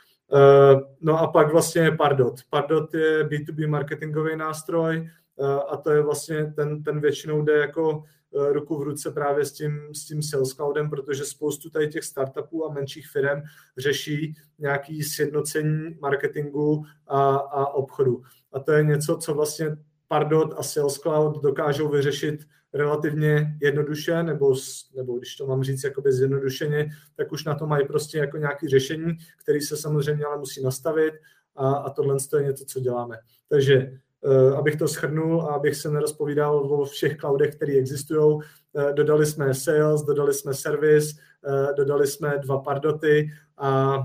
No a pak vlastně je Pardot. Pardot je B2B marketingový nástroj a to je vlastně, ten většinou jde jako ruku v ruce právě s tím Sales Cloudem, protože spoustu tady těch startupů a menších firm řeší nějaký sjednocení marketingu a obchodu. A to je něco, co vlastně Pardot a Sales Cloud dokážou vyřešit relativně jednoduše, nebo když to mám říct jakoby zjednodušeně, tak už na to mají prostě jako nějaké řešení, které se samozřejmě ale musí nastavit a tohle je něco, co děláme. Takže abych to shrnul a abych se nerozpovídal o všech cloudech, které existují, dodali jsme sales, dodali jsme service, dodali jsme 2 Pardoty a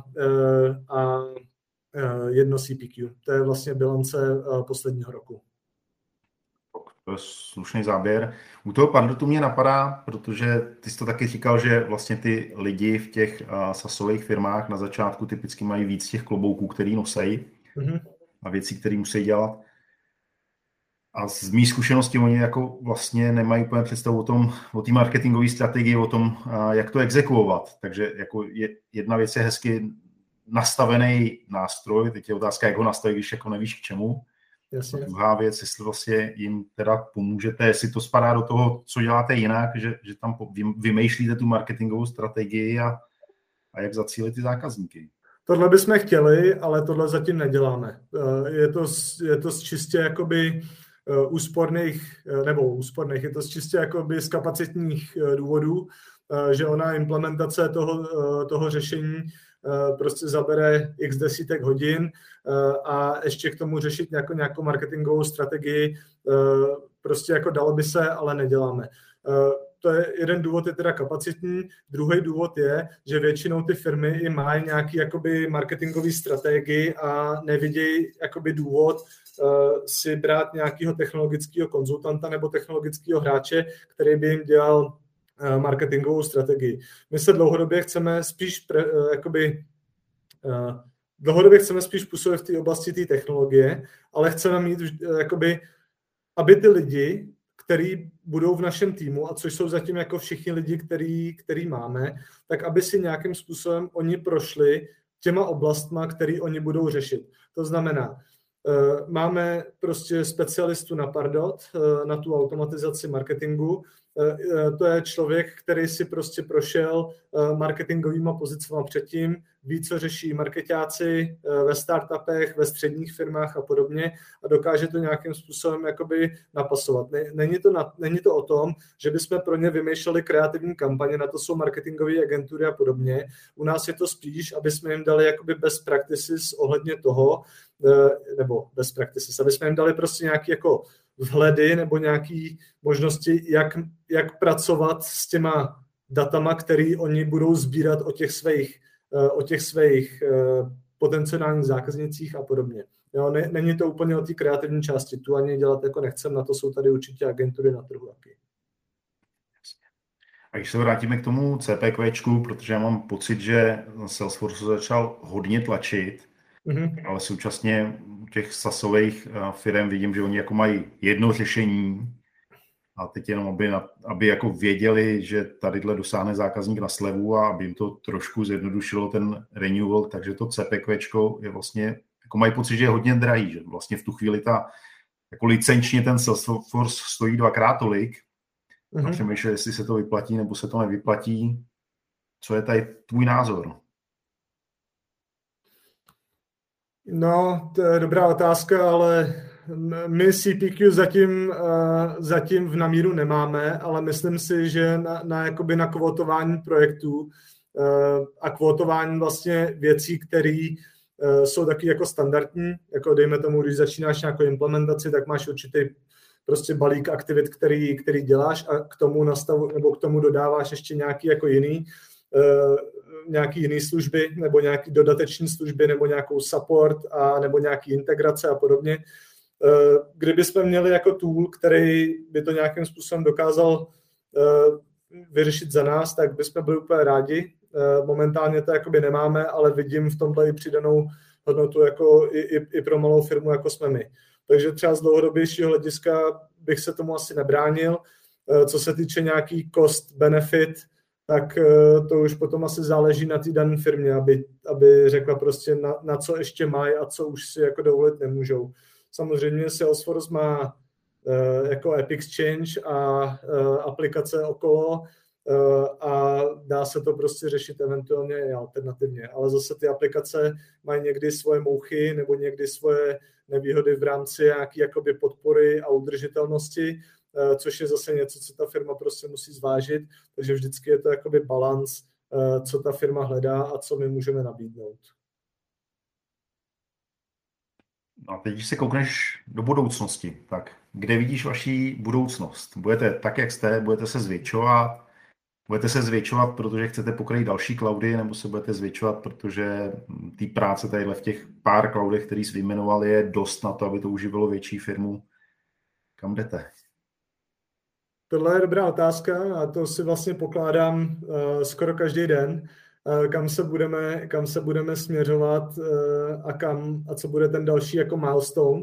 jedno CPQ. To je vlastně bilance posledního roku. To je slušný záběr. U toho Pardotu mě napadá, protože ty jsi to taky říkal, že vlastně ty lidi v těch SaaSových firmách na začátku typicky mají víc těch klobouků, který nosejí a věcí, které musí dělat. A z mých zkušeností oni jako vlastně nemají úplně představu o té marketingové strategii, o tom, jak to exekuovat. Takže jako jedna věc je hezky nastavený nástroj, teď je otázka, jak ho nastavit, když jako nevíš k čemu. Jasně. Druhá věc, jestli vlastně jim teda pomůžete, jestli to spadá do toho, co děláte jinak, že tam vymýšlíte tu marketingovou strategii a jak zacílit ty zákazníky. Tohle bychom chtěli, ale tohle zatím neděláme. Je to čistě jakoby úsporných, je to čistě jakoby z kapacitních důvodů, že ona implementace toho řešení prostě zabere x desítek hodin a ještě k tomu řešit nějakou marketingovou strategii prostě jako dalo by se, ale neděláme. to je jeden důvod, je teda kapacitní, druhý důvod je, že většinou ty firmy i mají nějaký jakoby marketingový strategii a nevidějí jakoby důvod si brát nějakého technologického konzultanta nebo technologického hráče, který by jim dělal marketingovou strategii. My se dlouhodobě chceme spíš dlouhodobě chceme spíš působit v té oblasti té technologie, ale chceme mít, jakoby, aby ty lidi, který budou v našem týmu, a což jsou zatím jako všichni lidi, který máme, tak aby si nějakým způsobem oni prošli těma oblastma, který oni budou řešit. To znamená, máme prostě specialistu na Pardot, na tu automatizaci marketingu. To je člověk, který si prostě prošel marketingovýma pozicema předtím, ví, co řeší marketáci ve startupech, ve středních firmách a podobně a dokáže to nějakým způsobem jakoby napasovat. Není to o tom, že bychom pro ně vymýšleli kreativní kampaně, na to jsou marketingové agentury a podobně. U nás je to spíš, aby jsme jim dali jakoby best practices ohledně toho, nebo best practices, aby jsme jim dali prostě nějaký jako vhledy nebo nějaké možnosti, jak pracovat s těma datama, které oni budou sbírat o těch svých potenciálních zákaznicích a podobně. Jo, není to úplně o té kreativní části, tu ani dělat jako nechcem, na to jsou tady určitě agentury na trhu taky. A když se vrátíme k tomu CPQčku, protože já mám pocit, že Salesforce začal hodně tlačit, ale současně u těch SaaSových firm vidím, že oni jako mají jedno řešení a teď jenom, aby jako věděli, že tadyhle dosáhne zákazník na slevu a aby jim to trošku zjednodušilo ten renewal, takže to CPQčko je vlastně, jako mají pocit, že je hodně drahý, že vlastně v tu chvíli jako licenčně ten Salesforce stojí dvakrát tolik a přemýšlím, jestli se to vyplatí nebo se to nevyplatí. Co je tady tvůj názor? No, to je dobrá otázka, ale my CPQ zatím v namíru nemáme, ale myslím si, že na kvotování projektů a kvotování vlastně věcí, které jsou taky jako standardní, jako dejme tomu, když začínáš nějakou implementaci, tak máš určitý prostě balík aktivit, který děláš a k tomu dodáváš ještě nějaký jako nějaký jiný služby nebo nějaký dodateční služby nebo nějakou support a nebo nějaký integrace a podobně. Kdyby jsme měli jako tool, který by to nějakým způsobem dokázal vyřešit za nás, tak bychom byli úplně rádi. Momentálně to jakoby nemáme, ale vidím v tomhle i přidanou hodnotu jako i pro malou firmu, jako jsme my. Takže třeba z dlouhodobějšího hlediska bych se tomu asi nebránil. Co se týče nějaký cost benefit, tak to už potom asi záleží na té dané firmě, aby řekla prostě na co ještě mají a co už si jako dovolit nemůžou. Samozřejmě Salesforce má jako AppExchange a aplikace okolo a dá se to prostě řešit eventuálně i alternativně. Ale zase ty aplikace mají někdy svoje mouchy nebo někdy svoje nevýhody v rámci nějaké jakoby podpory a udržitelnosti, což je zase něco, co ta firma prostě musí zvážit, takže vždycky je to jakoby balans, co ta firma hledá a co my můžeme nabídnout. No a teď, když se koukneš do budoucnosti, tak kde vidíš vaši budoucnost? Budete tak, jak jste, budete se zvětšovat, protože chcete pokrýt další cloudy, nebo se budete zvětšovat, protože té práce tadyhle v těch pár cloudech, který jsi vyjmenoval, je dost na to, aby to uživilo větší firmu. Kam jdete? Tohle je dobrá otázka a to si vlastně pokládám skoro každý den, kam se budeme směřovat a co bude ten další jako milestone.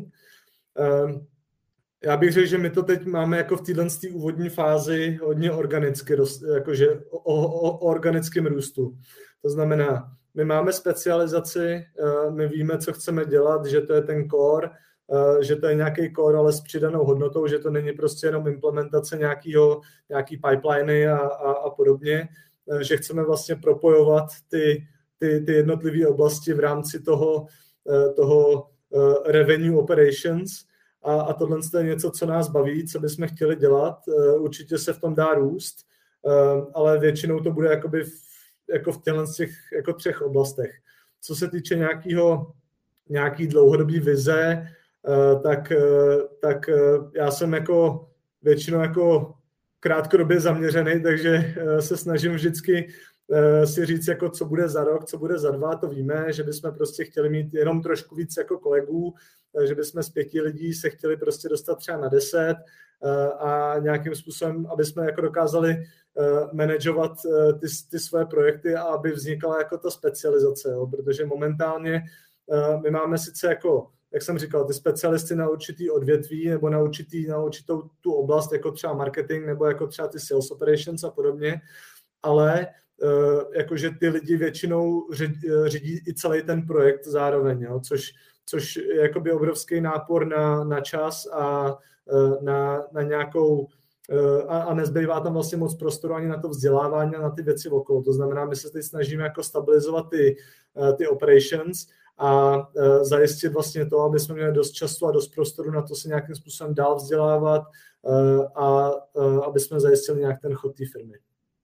Já bych řekl, že my to teď máme jako v této úvodní fázi hodně organicky, jakože o organickém růstu. To znamená, my máme specializaci, my víme, co chceme dělat, že to je ten core, že to je nějaký core, ale s přidanou hodnotou, že to není prostě jenom implementace nějaký pipeliny a podobně, že chceme vlastně propojovat ty jednotlivé oblasti v rámci toho revenue operations a tohle je něco, co nás baví, co bychom chtěli dělat. Určitě se v tom dá růst, ale většinou to bude jakoby v těch jako 3 oblastech. Co se týče nějaký dlouhodobý vize, tak já jsem jako většinou jako krátkodobě zaměřený, takže se snažím vždycky si říct, jako co bude za rok, co bude za 2, to víme, že bychom prostě chtěli mít jenom trošku víc jako kolegů, že bychom z 5 lidí se chtěli prostě dostat třeba na 10 a nějakým způsobem, aby jsme jako dokázali manažovat ty své projekty a aby vznikala jako ta specializace, jo? Protože momentálně my máme sice jako, jak jsem říkal, ty specialisty na určitý odvětví nebo na určitou tu oblast, jako třeba marketing nebo jako třeba ty sales operations a podobně, ale jakože ty lidi většinou řídí i celý ten projekt zároveň, jo? Což je jakoby obrovský nápor na čas a na nějakou a nezbývá tam vlastně moc prostoru ani na to vzdělávání a na ty věci okolo. To znamená, my se teď snažíme jako stabilizovat ty operations a zajistit vlastně to, aby jsme měli dost času a dost prostoru na to se nějakým způsobem dál vzdělávat a aby jsme zajistili nějak ten chod té firmy.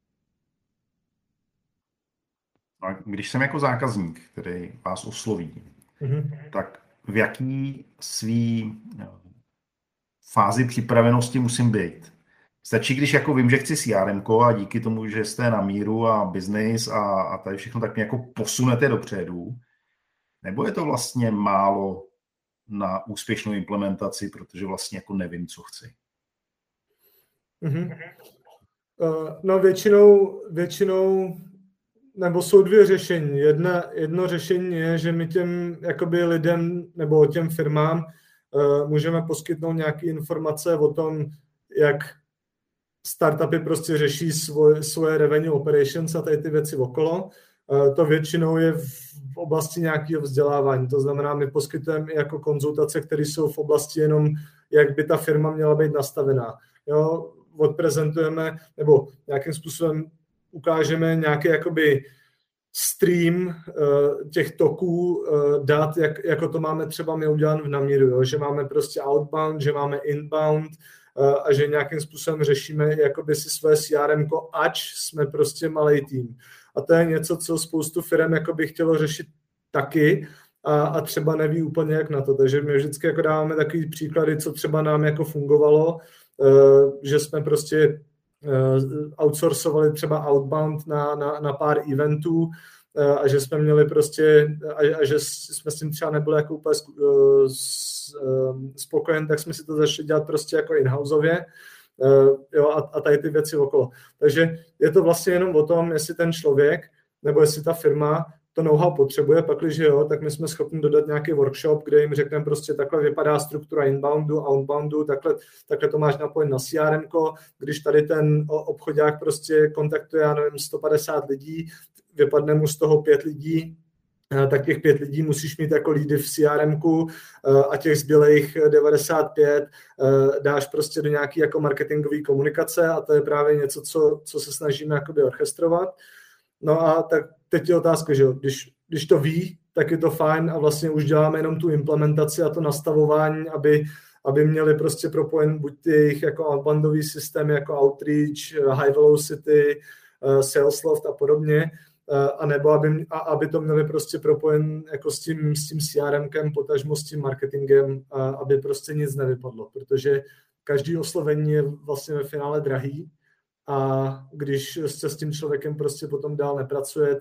A když jsem jako zákazník, který vás osloví, tak v jaký svý fázi připravenosti musím být? Stačí, když jako vím, že chci CRMko a díky tomu, že jste na míru a business a tady všechno, tak mě jako posunete dopředu? Nebo je to vlastně málo na úspěšnou implementaci, protože vlastně jako nevím, co chci? No většinou nebo jsou 2 řešení. Jedno řešení je, že my těm jakoby lidem nebo těm firmám můžeme poskytnout nějaké informace o tom, jak startupy prostě řeší svoje revenue operations a tady ty věci okolo. To většinou je v oblasti nějakého vzdělávání. To znamená, my poskytujeme i jako konzultace, které jsou v oblasti jenom, jak by ta firma měla být nastavená. Jo, odprezentujeme nebo nějakým způsobem ukážeme nějaký jakoby stream těch toků dat, jako to máme třeba my udělat v Namíru, jo? Že máme prostě outbound, že máme inbound a že nějakým způsobem řešíme jakoby si své CRMko, ač jsme prostě malej tým. A to je něco, co spoustu firm jakoby chtělo řešit taky a třeba neví úplně jak na to. Takže my vždycky jako dáváme takový příklady, co třeba nám jako fungovalo, že jsme prostě outsourcovali třeba outbound na pár eventů a že jsme měli prostě a že jsme s tím třeba nebyli jako úplně spokojen, tak jsme si to začali dělat prostě jako in-houseově, jo, a tady ty věci okolo. Takže je to vlastně jenom o tom, jestli ten člověk nebo jestli ta firma to know-how potřebuje, pakliže jo, tak my jsme schopni dodat nějaký workshop, kde jim řekneme prostě takhle vypadá struktura inboundu, outboundu, takhle to máš napojen na CRMko, když tady ten obchodák prostě kontaktuje, já nevím, 150 lidí, vypadne mu z toho 5 lidí, tak těch 5 lidí musíš mít jako lídy v CRMku a těch zbylejch 95 dáš prostě do nějaký jako marketingové komunikace a to je právě něco, co se snažíme jakoby orchestrovat. No a tak teď je otázka, že jo, když to ví, tak je to fajn a vlastně už děláme jenom tu implementaci a to nastavování, aby měli prostě propojen buď ty jejich jako outboundový systém, jako Outreach, High Velocity, Salesloft a podobně, a nebo aby to měli prostě propojen jako s tím CRMkem, potažmo s tím marketingem, aby prostě nic nevypadlo, protože každý oslovení je vlastně ve finále drahý a když se s tím člověkem prostě potom dál nepracuje,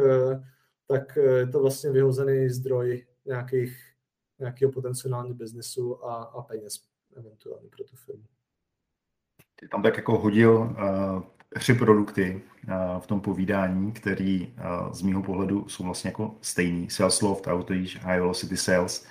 tak je to vlastně vyhozený zdroj nějakého potenciálního biznesu a peněz eventuálně pro tu firmu. Ty tam tak jako hodil 3 produkty v tom povídání, který z mýho pohledu jsou vlastně jako stejný. Salesloft, Outreach, High Velocity Sales.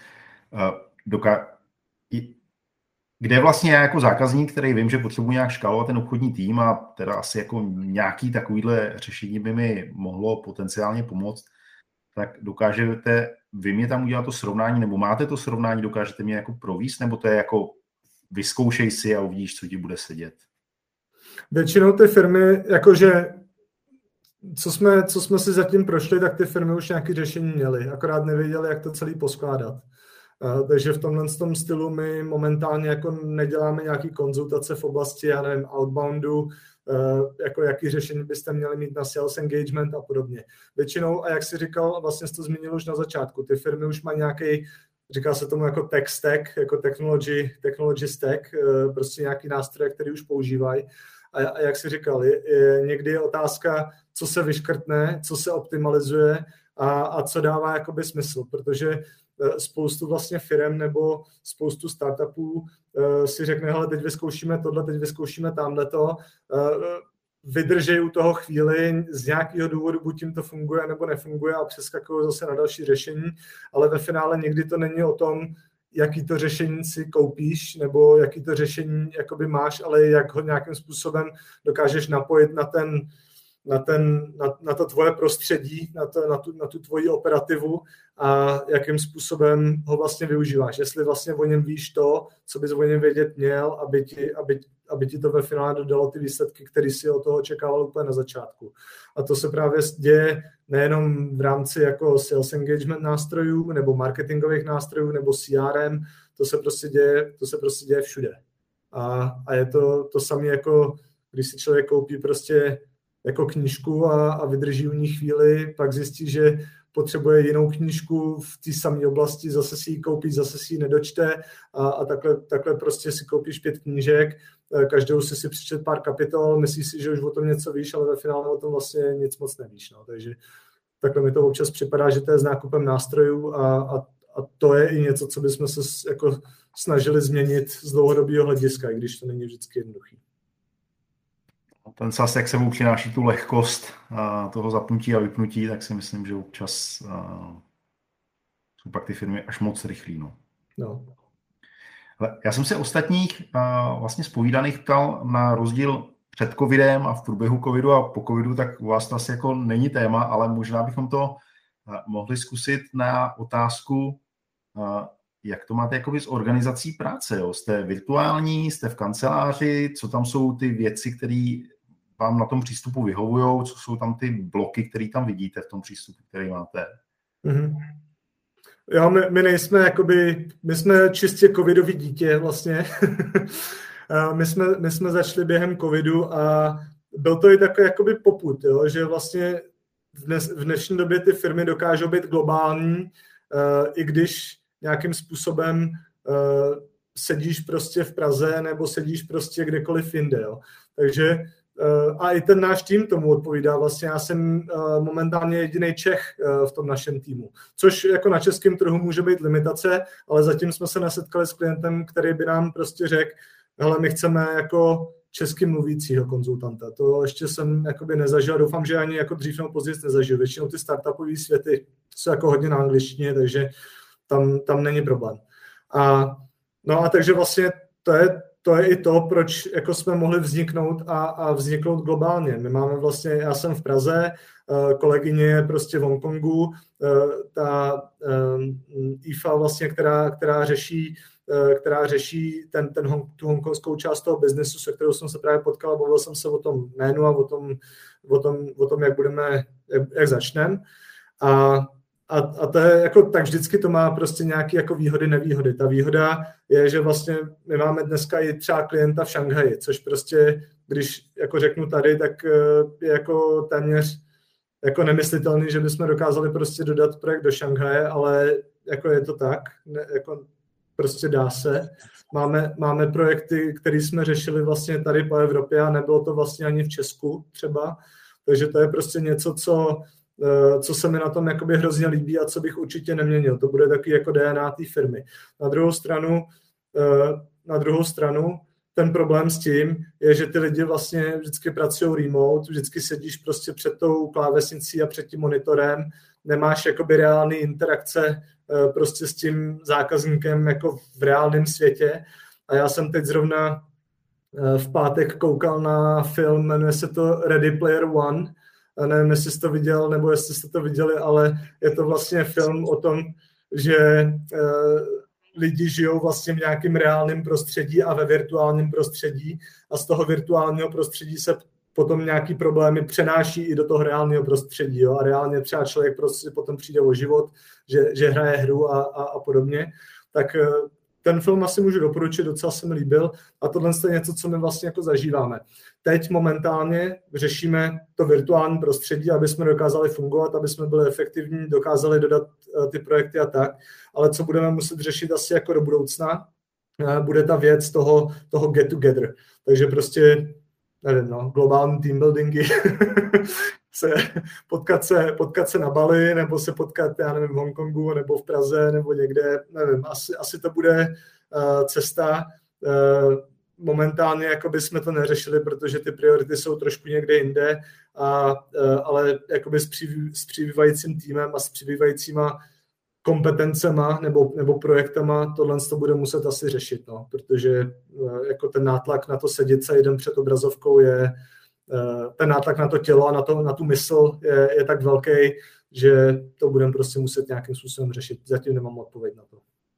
Kde vlastně já jako zákazník, který vím, že potřebuji nějak škálovat ten obchodní tým a teda asi jako nějaký takovýhle řešení by mi mohlo potenciálně pomoct, tak dokážete vy mě tam udělat to srovnání, nebo máte to srovnání, dokážete mě jako províst, nebo to je jako vyzkoušej si a uvidíš, co ti bude sedět? Většinou ty firmy, jakože co jsme si zatím prošli, tak ty firmy už nějaké řešení měly, akorát nevěděli, jak to celý poskládat. Takže v tomhle stylu my momentálně jako neděláme nějaký konzultace v oblasti, já nevím, outboundu, jako jaký řešení byste měli mít na sales engagement a podobně. Většinou, a jak jsi říkal, vlastně jsi to zmínil už na začátku, ty firmy už mají nějaký, říká se tomu jako tech stack, jako technology stack, prostě nějaký nástroje, který už používají a jak jsi říkal, někdy je otázka, co se vyškrtne, co se optimalizuje a co dává jakoby smysl, protože spoustu vlastně firem nebo spoustu startupů si řekne, hele, teď vyzkoušíme tohle, teď vyzkoušíme tamhleto, vydržej u toho chvíli, z nějakého důvodu buď jim to funguje nebo nefunguje a přeskakují zase na další řešení, ale ve finále někdy to není o tom, jaký to řešení si koupíš nebo jaký to řešení jakoby máš, ale jak ho nějakým způsobem dokážeš napojit na to tvoje prostředí, na tu tvoji operativu a jakým způsobem ho vlastně využíváš. Jestli vlastně o něm víš to, co bys o něm vědět měl, aby ti to ve finále dodalo ty výsledky, které si od toho očekával úplně na začátku. A to se právě děje nejenom v rámci jako sales engagement nástrojů nebo marketingových nástrojů nebo CRM, to se prostě děje všude. A je to samé jako když si člověk koupí prostě jako knížku a vydrží u ní chvíli, pak zjistí, že potřebuje jinou knížku v té samé oblasti, zase si ji koupí, zase si ji nedočte a takhle prostě si koupíš 5 knížek, každou si přečet pár kapitol, myslíš si, že už o tom něco víš, ale ve finále o tom vlastně nic moc nevíš. No. Takže takhle mi to občas připadá, že to je s nákupem nástrojů a to je i něco, co bychom se jako snažili změnit z dlouhodobého hlediska, i když to není vždycky jednoduchý. Ten SaaS, jak sebou přináší tu lehkost toho zapnutí a vypnutí, tak si myslím, že občas jsou pak ty firmy až moc rychlý. No. Já jsem se ostatních vlastně zpovídaných ptal na rozdíl před covidem a v průběhu covidu a po covidu, tak u vás to asi jako není téma, ale možná bychom to mohli zkusit na otázku, jak to máte jakoby s organizací práce. Jo? Jste virtuální, jste v kanceláři, co tam jsou ty věci, které vám na tom přístupu vyhovují, co jsou tam ty bloky, které tam vidíte v tom přístupu, který máte? Mm-hmm. Jo, my jsme čistě covidový dítě vlastně. my jsme začali během covidu a byl to i takový jakoby popud, jo? Že vlastně v dnešní době ty firmy dokážou být globální, i když nějakým způsobem sedíš prostě v Praze nebo sedíš prostě kdekoliv jinde. Jo. Takže a i ten náš tým tomu odpovídá. Vlastně já jsem momentálně jediný Čech v tom našem týmu, což jako na českém trhu může být limitace, ale zatím jsme se nesetkali s klientem, který by nám prostě řekl, hele, my chceme jako česky mluvícího konzultanta. To ještě jsem jakoby nezažil, doufám, že ani jako dřív nebo později nezažil. Většinou ty startupové světy jsou jako hodně na angličtině, takže tam není problém. No a takže vlastně to je i to, proč jako jsme mohli vzniknout a vzniknout globálně. My máme vlastně, já jsem v Praze, kolegyně je prostě v Hongkongu, ta IFA vlastně, která řeší tu hongkongskou část toho biznesu, se kterou jsem se právě potkal, bavil jsem se o tom jménu a o tom jak začneme. A to je jako, tak vždycky to má prostě nějaké jako výhody, nevýhody. Ta výhoda je, že vlastně my máme dneska i třeba klienta v Šanghaji, což prostě, když jako řeknu tady, tak je jako téměř jako nemyslitelný, že bychom dokázali prostě dodat projekt do Šanghaje, ale jako je to tak, jako prostě dá se. Máme projekty, které jsme řešili vlastně tady po Evropě a nebylo to vlastně ani v Česku třeba, takže to je prostě něco, co se mi na tom jakoby hrozně líbí a co bych určitě neměnil. To bude taky jako DNA té firmy. Na druhou stranu ten problém s tím je, že ty lidi vlastně vždycky pracují remote, vždycky sedíš prostě před tou klávesnicí a před tím monitorem, nemáš jakoby reálný interakce prostě s tím zákazníkem jako v reálném světě. A já jsem teď zrovna v pátek koukal na film, jmenuje se to Ready Player One. Nevím, jestli jsi to viděl, nebo jestli jste to viděli, ale je to vlastně film o tom, že lidi žijou vlastně v nějakém reálném prostředí a ve virtuálním prostředí a z toho virtuálního prostředí se potom nějaký problémy přenáší i do toho reálného prostředí. Jo? A reálně třeba člověk prostě potom přijde o život, že hraje hru a podobně. Tak ten film asi můžu doporučit, docela se mi líbil a tohle je něco, co my vlastně jako zažíváme. Teď momentálně řešíme to virtuální prostředí, aby jsme dokázali fungovat, aby jsme byli efektivní, dokázali dodat ty projekty a tak, ale co budeme muset řešit asi jako do budoucna, bude ta věc toho get together. Takže prostě nevím, no, globální team buildingy, potkat se na Bali, nebo se potkat, já nevím, v Hongkongu, nebo v Praze, nebo někde, nevím, asi to bude cesta. Momentálně jakoby jsme to neřešili, protože ty priority jsou trošku někde jinde, ale jakoby s přibývajícím týmem a s přibývajícíma kompetencema nebo projektama tohle to bude muset asi řešit, no, protože jako ten nátlak na to sedět se jeden před obrazovkou ten nátlak na to tělo a na tu mysl je tak velký, že to budeme prostě muset nějakým způsobem řešit. Zatím nemám odpověď na to.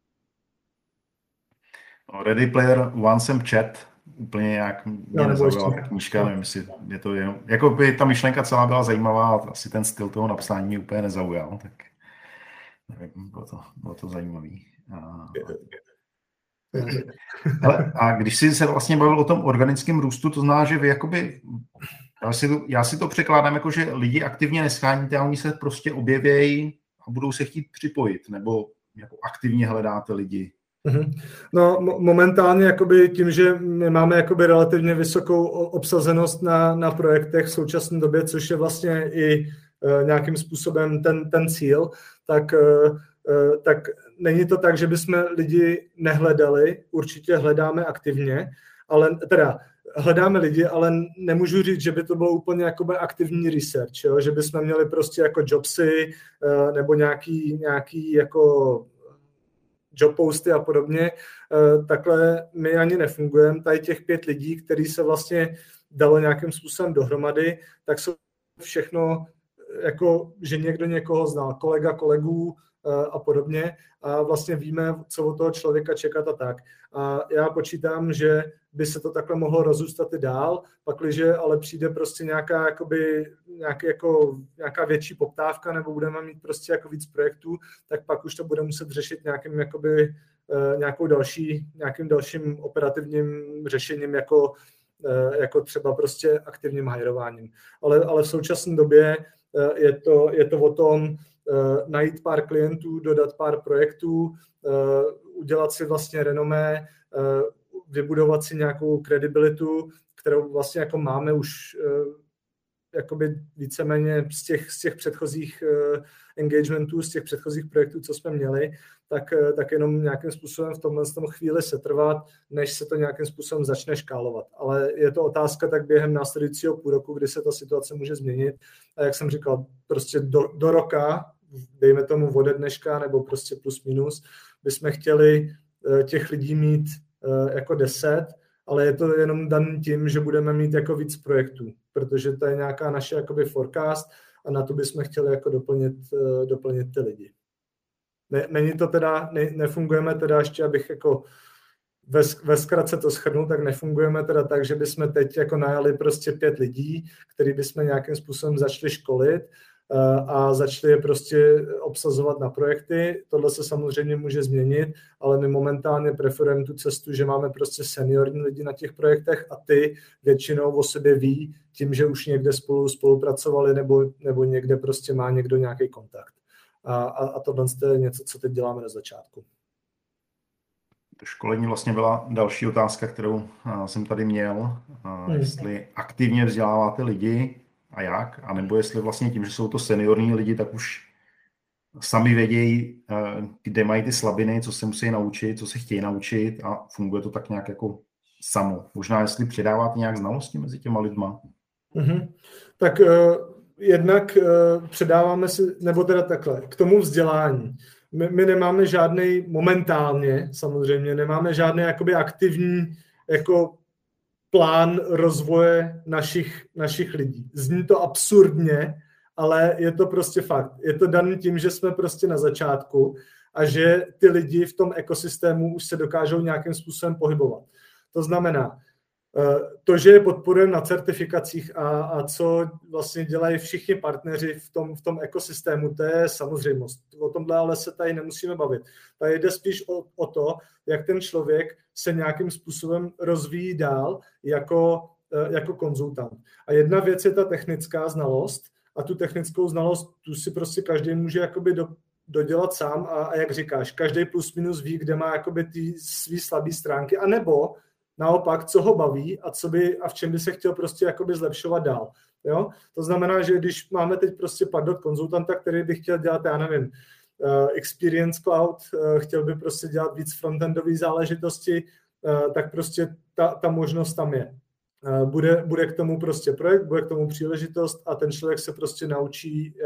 Ready Player One jsem čet, úplně nějak mě nezaujala ta knížka, nevím, jestli je to jenom, jako by ta myšlenka celá byla zajímavá, ale asi ten styl toho napsání mě úplně nezaujal, tak nevím, bylo to zajímavý. A když jsi se vlastně bavil o tom organickém růstu, to znamená, že vy jakoby, já si to překládám jako, že lidi aktivně nesháníte a oni se prostě objevějí a budou se chtít připojit, nebo jako aktivně hledáte lidi. No momentálně jakoby tím, že my máme jakoby relativně vysokou obsazenost na projektech v současné době, což je vlastně i nějakým způsobem ten cíl, tak není to tak, že bychom lidi nehledali, určitě hledáme aktivně, ale teda hledáme lidi, ale nemůžu říct, že by to bylo úplně jakoby aktivní research, jo? Že bychom měli prostě jako jobsy nebo nějaký jako job posty a podobně, takhle my ani nefungujeme. Tady těch 5 lidí, který se vlastně dalo nějakým způsobem dohromady, tak jsou všechno jako, že někdo někoho znal, kolega kolegů a podobně a vlastně víme, co od toho člověka čekat a tak. A já počítám, že by se to takhle mohlo rozrůstat i dál, pakliže ale přijde prostě nějaká větší poptávka nebo budeme mít prostě jako víc projektů, tak pak už to bude muset řešit nějakým dalším operativním řešením, jako třeba prostě aktivním hirováním. Ale v současné době je to o tom najít pár klientů, dodat pár projektů, udělat si vlastně renomé, vybudovat si nějakou kredibilitu, kterou vlastně jako máme už jakoby víceméně z těch předchozích engagementů, z těch předchozích projektů, co jsme měli, tak jenom nějakým způsobem v tomhle chvíli setrvat, než se to nějakým způsobem začne škálovat. Ale je to otázka tak během následujícího půl roku, kdy se ta situace může změnit. A jak jsem říkal, prostě do roka, dejme tomu ode dneška, nebo prostě plus minus, bychom chtěli těch lidí mít jako 10, ale je to jenom daný tím, že budeme mít jako víc projektů, protože to je nějaká naše jakoby forecast a na to bychom chtěli jako doplnit ty lidi. Není to teda, nefungujeme teda ještě, abych jako ve zkratce to shrnul, tak nefungujeme teda tak, že bychom teď jako najali prostě 5 lidí, který bychom nějakým způsobem začali školit a začali je prostě obsazovat na projekty. Tohle se samozřejmě může změnit, ale my momentálně preferujeme tu cestu, že máme prostě seniorní lidi na těch projektech a ty většinou o sobě ví tím, že už někde spolupracovali nebo někde prostě má někdo nějaký kontakt. A tohle je něco, co teď děláme na začátku. To školení vlastně byla další otázka, kterou jsem tady měl. Jestli aktivně vzděláváte lidi a jak, anebo jestli vlastně tím, že jsou to seniorní lidi, tak už sami vědějí, kde mají ty slabiny, co se musí naučit, co se chtějí naučit a funguje to tak nějak jako samo. Možná, jestli předáváte nějak znalosti mezi těma lidma. Tak jednak předáváme si, nebo teda takhle, k tomu vzdělání. My nemáme žádnej, momentálně samozřejmě, nemáme žádný jakoby aktivní jako plán rozvoje našich lidí. Zní to absurdně, ale je to prostě fakt. Je to daný tím, že jsme prostě na začátku a že ty lidi v tom ekosystému už se dokážou nějakým způsobem pohybovat. To znamená, to, že je podporujeme na certifikacích a co vlastně dělají všichni partneři v tom ekosystému, to je samozřejmost. O tomhle ale se tady nemusíme bavit. Tady jde spíš o to, jak ten člověk se nějakým způsobem rozvíjí dál jako konzultant. A jedna věc je ta technická znalost a tu technickou znalost tu si prostě každý může jakoby dodělat sám a jak říkáš, každý plus minus ví, kde má jakoby ty svý slabé stránky, anebo naopak, co ho baví a v čem by se chtěl prostě jakoby zlepšovat dál. Jo? To znamená, že když máme teď prostě Pardot konzultanta, který by chtěl dělat, já nevím, Experience Cloud, chtěl by prostě dělat víc frontendové záležitosti, tak prostě ta možnost tam je. Bude k tomu prostě projekt, bude k tomu příležitost a ten člověk se prostě naučí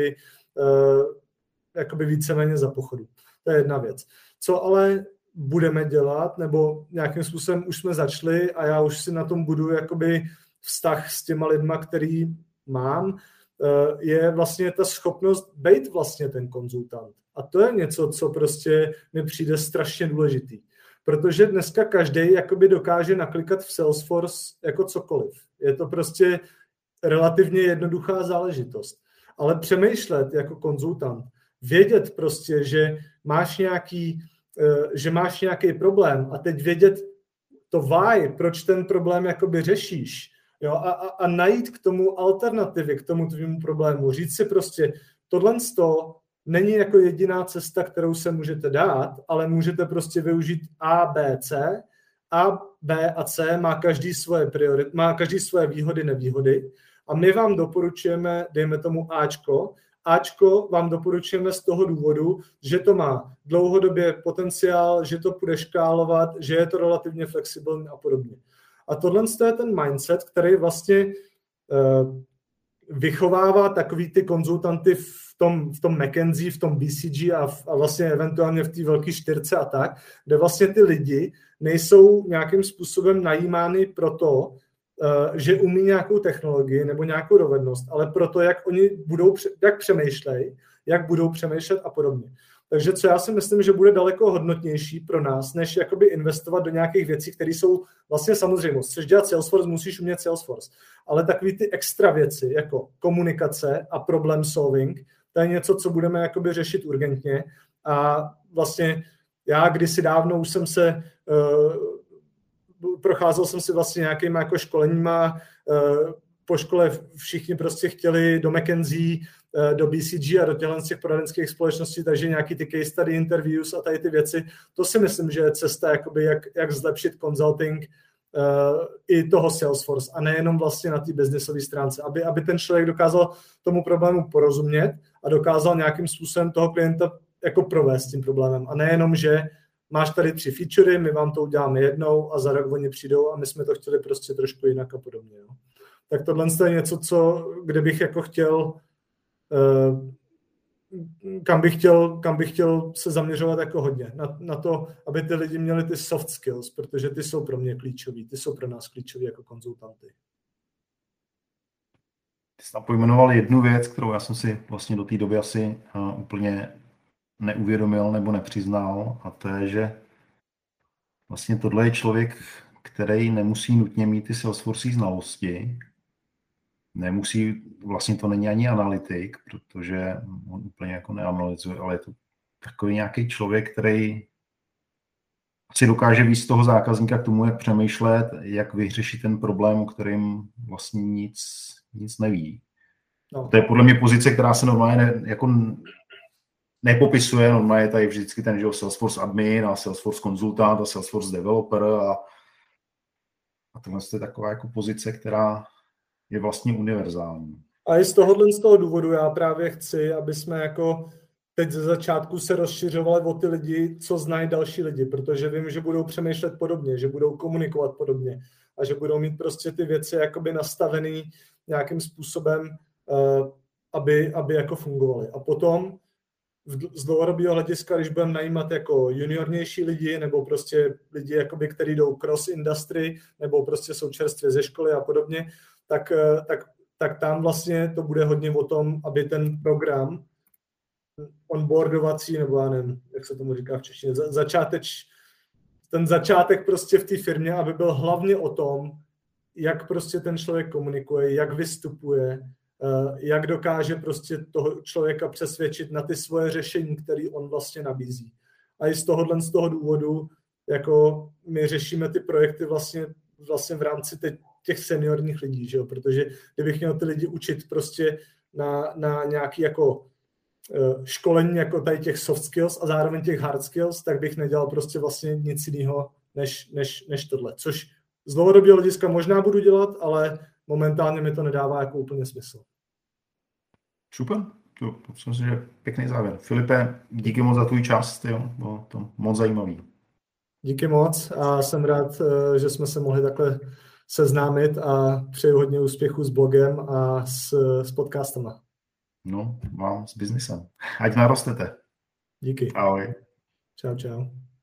jakoby víceméně za pochodu. To je jedna věc. Co ale budeme dělat, nebo nějakým způsobem už jsme začali a já už si na tom budu jakoby vztah s těma lidma, který mám, je vlastně ta schopnost být vlastně ten konzultant. A to je něco, co prostě mi přijde strašně důležitý. Protože dneska každý jakoby dokáže naklikat v Salesforce jako cokoliv. Je to prostě relativně jednoduchá záležitost. Ale přemýšlet jako konzultant, vědět prostě, že máš nějaký problém a teď vědět to why, proč ten problém jakoby řešíš, jo, a najít k tomu alternativy, k tomu tvému problému. Říct si prostě, tohle není jako jediná cesta, kterou se můžete dát, ale můžete prostě využít A, B, C. A, B a C má každý svoje priority, má každý svoje výhody, nevýhody a my vám doporučujeme, dejme tomu Ačko vám doporučujeme z toho důvodu, že to má dlouhodobě potenciál, že to půjde škálovat, že je to relativně flexibilní a podobně. A tohle je ten mindset, který vlastně vychovává takový ty konzultanty v tom McKinsey, v tom BCG a vlastně eventuálně v té velké čtyřce a tak, kde vlastně ty lidi nejsou nějakým způsobem najímány proto, že umí nějakou technologii nebo nějakou dovednost, ale proto, jak přemýšlejí, jak budou přemýšlet a podobně. Takže co já si myslím, že bude daleko hodnotnější pro nás, než jakoby investovat do nějakých věcí, které jsou vlastně samozřejmost. Chceš dělat Salesforce, musíš umět Salesforce. Ale takový ty extra věci, jako komunikace a problem solving, to je něco, co budeme jakoby řešit urgentně. A vlastně já kdysi dávno už jsem se procházel jsem si vlastně nějakýma jako školeníma, po škole všichni prostě chtěli do McKinsey, do BCG a do těch poradenských společností, takže nějaký ty case study interviews a tady ty věci, to si myslím, že je cesta, jakoby jak zlepšit consulting i toho Salesforce a nejenom vlastně na té businessové stránce, aby ten člověk dokázal tomu problému porozumět a dokázal nějakým způsobem toho klienta jako provést tím problémem a nejenom, že máš tady 3 featurey, my vám to uděláme jednou a za rok oni přijdou a my jsme to chtěli prostě trošku jinak a podobně. Jo. Tak tohle je něco, kde bych jako chtěl, kam bych chtěl se zaměřovat jako hodně. Na to, aby ty lidi měli ty soft skills, protože ty jsou pro mě klíčový, ty jsou pro nás klíčový jako konzultanty. Ty jsi tam pojmenoval jednu věc, kterou já jsem si vlastně do té doby asi úplně neuvědomil nebo nepřiznal, a to je, že vlastně tohle je člověk, který nemusí nutně mít ty Salesforce znalosti, vlastně to není ani analytik, protože on úplně jako neanalyzuje, ale je to takový nějaký člověk, který si dokáže víc toho zákazníka k tomu, jak přemýšlet, jak vyřešit ten problém, o kterým vlastně nic neví. No. To je podle mě pozice, která se normálně nepopisuje, normálně je tady vždycky ten, že Salesforce admin a Salesforce konzultant a Salesforce developer a tohle je taková jako pozice, která je vlastně univerzální. A i z toho důvodu já právě chci, aby jsme jako teď ze začátku se rozšiřovali o ty lidi, co znají další lidi, protože vím, že budou přemýšlet podobně, že budou komunikovat podobně a že budou mít prostě ty věci jakoby nastavený nějakým způsobem, aby jako fungovaly. A potom z dlouhodobého hlediska, když budeme najímat jako juniornější lidi, nebo prostě lidi, jakoby, kteří jdou cross industry, nebo prostě jsou čerstvě ze školy a podobně, tak tam vlastně to bude hodně o tom, aby ten program onboardovací, nebo já nevím, jak se tomu říká v češtině, ten začátek prostě v té firmě, aby byl hlavně o tom, jak prostě ten člověk komunikuje, jak vystupuje, jak dokáže prostě toho člověka přesvědčit na ty svoje řešení, které on vlastně nabízí. A i z toho důvodu, jako my řešíme ty projekty vlastně v rámci těch seniorních lidí, že jo? Protože kdybych měl ty lidi učit prostě na nějaký jako školení jako tady těch soft skills a zároveň těch hard skills, tak bych nedělal prostě vlastně nic jiného než tohle. Což z dlouhodobého hlediska možná budu dělat, ale momentálně mi to nedává jako úplně smysl. Super, to myslím si, že je pěkný závěr. Filipe, díky moc za tvůj čas, jo, bylo to moc zajímavý. Díky moc a jsem rád, že jsme se mohli takhle seznámit a přeju hodně úspěchu s blogem a s podcastama. No, vám s biznisem. Ať narostete. Díky. Ahoj. Čau, čau.